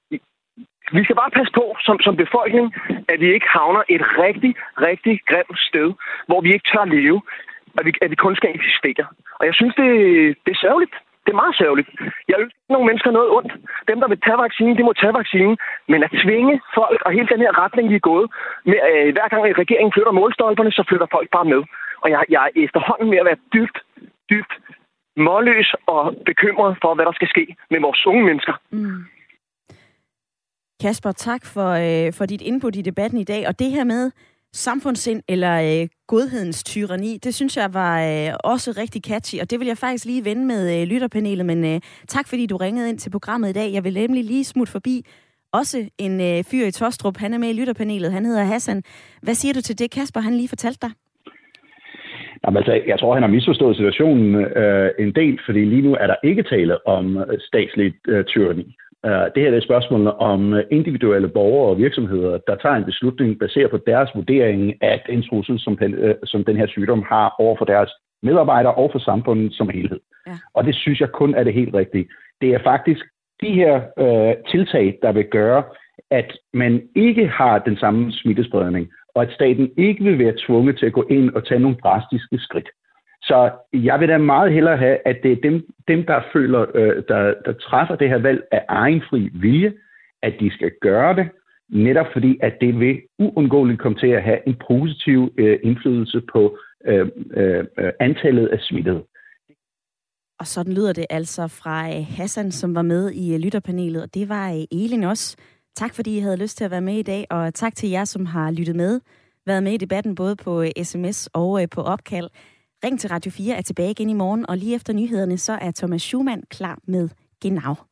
Vi skal bare passe på som, som befolkning, at vi ikke havner et rigtig, rigtig grimt sted, hvor vi ikke tør leve, at vi, at vi kun skal eksistere. Og jeg synes, det, det er sørgeligt. Det er meget sørgeligt. Jeg ønsker ikke nogen mennesker noget ondt. Dem, der vil tage vaccinen, de må tage vaccinen. Men at tvinge folk, og hele den her retning, vi er gået, med, øh, hver gang regeringen flytter målstolperne, så flytter folk bare med. Og jeg, jeg er efterhånden med at være dybt, dybt målløs og bekymret for, hvad der skal ske med vores unge mennesker. Mm. Kasper, tak for, øh, for dit input i debatten i dag. Og det her med, samfundssind eller øh, godhedens tyranni. Det synes jeg var øh, også rigtig catchy, og det vil jeg faktisk lige vende med øh, lytterpanelet, men øh, tak fordi du ringede ind til programmet i dag. Jeg vil nemlig lige smutte forbi også en øh, fyr i Tostrup. Han er med i lytterpanelet. Han hedder Hassan. Hvad siger du til det, Kasper, han lige fortalte dig? Jamen, altså, jeg tror, han har misforstået situationen øh, en del, fordi lige nu er der ikke tale om statsligt øh, tyranni. Uh, det her er et spørgsmål om individuelle borgere og virksomheder, der tager en beslutning baseret på deres vurdering af den trussel, som den, uh, som den her sygdom har over for deres medarbejdere og for samfundet som helhed. Ja. Og det synes jeg kun er det helt rigtige. Det er faktisk de her uh, tiltag, der vil gøre, at man ikke har den samme smittespredning, og at staten ikke vil være tvunget til at gå ind og tage nogle drastiske skridt. Så jeg vil da meget hellere have, at det er dem, dem der føler, øh, der, der træffer det her valg af egen fri vilje, at de skal gøre det, netop fordi, at det vil uundgåeligt komme til at have en positiv øh, indflydelse på øh, øh, antallet af smittede. Og sådan lyder det altså fra Hassan, som var med i lytterpanelet, og det var Elin også. Tak fordi I havde lyst til at være med i dag, og tak til jer, som har lyttet med, været med i debatten både på sms og på opkald. Ring til Radio fire er tilbage igen i morgen, og lige efter nyhederne, så er Thomas Schumann klar med Genau.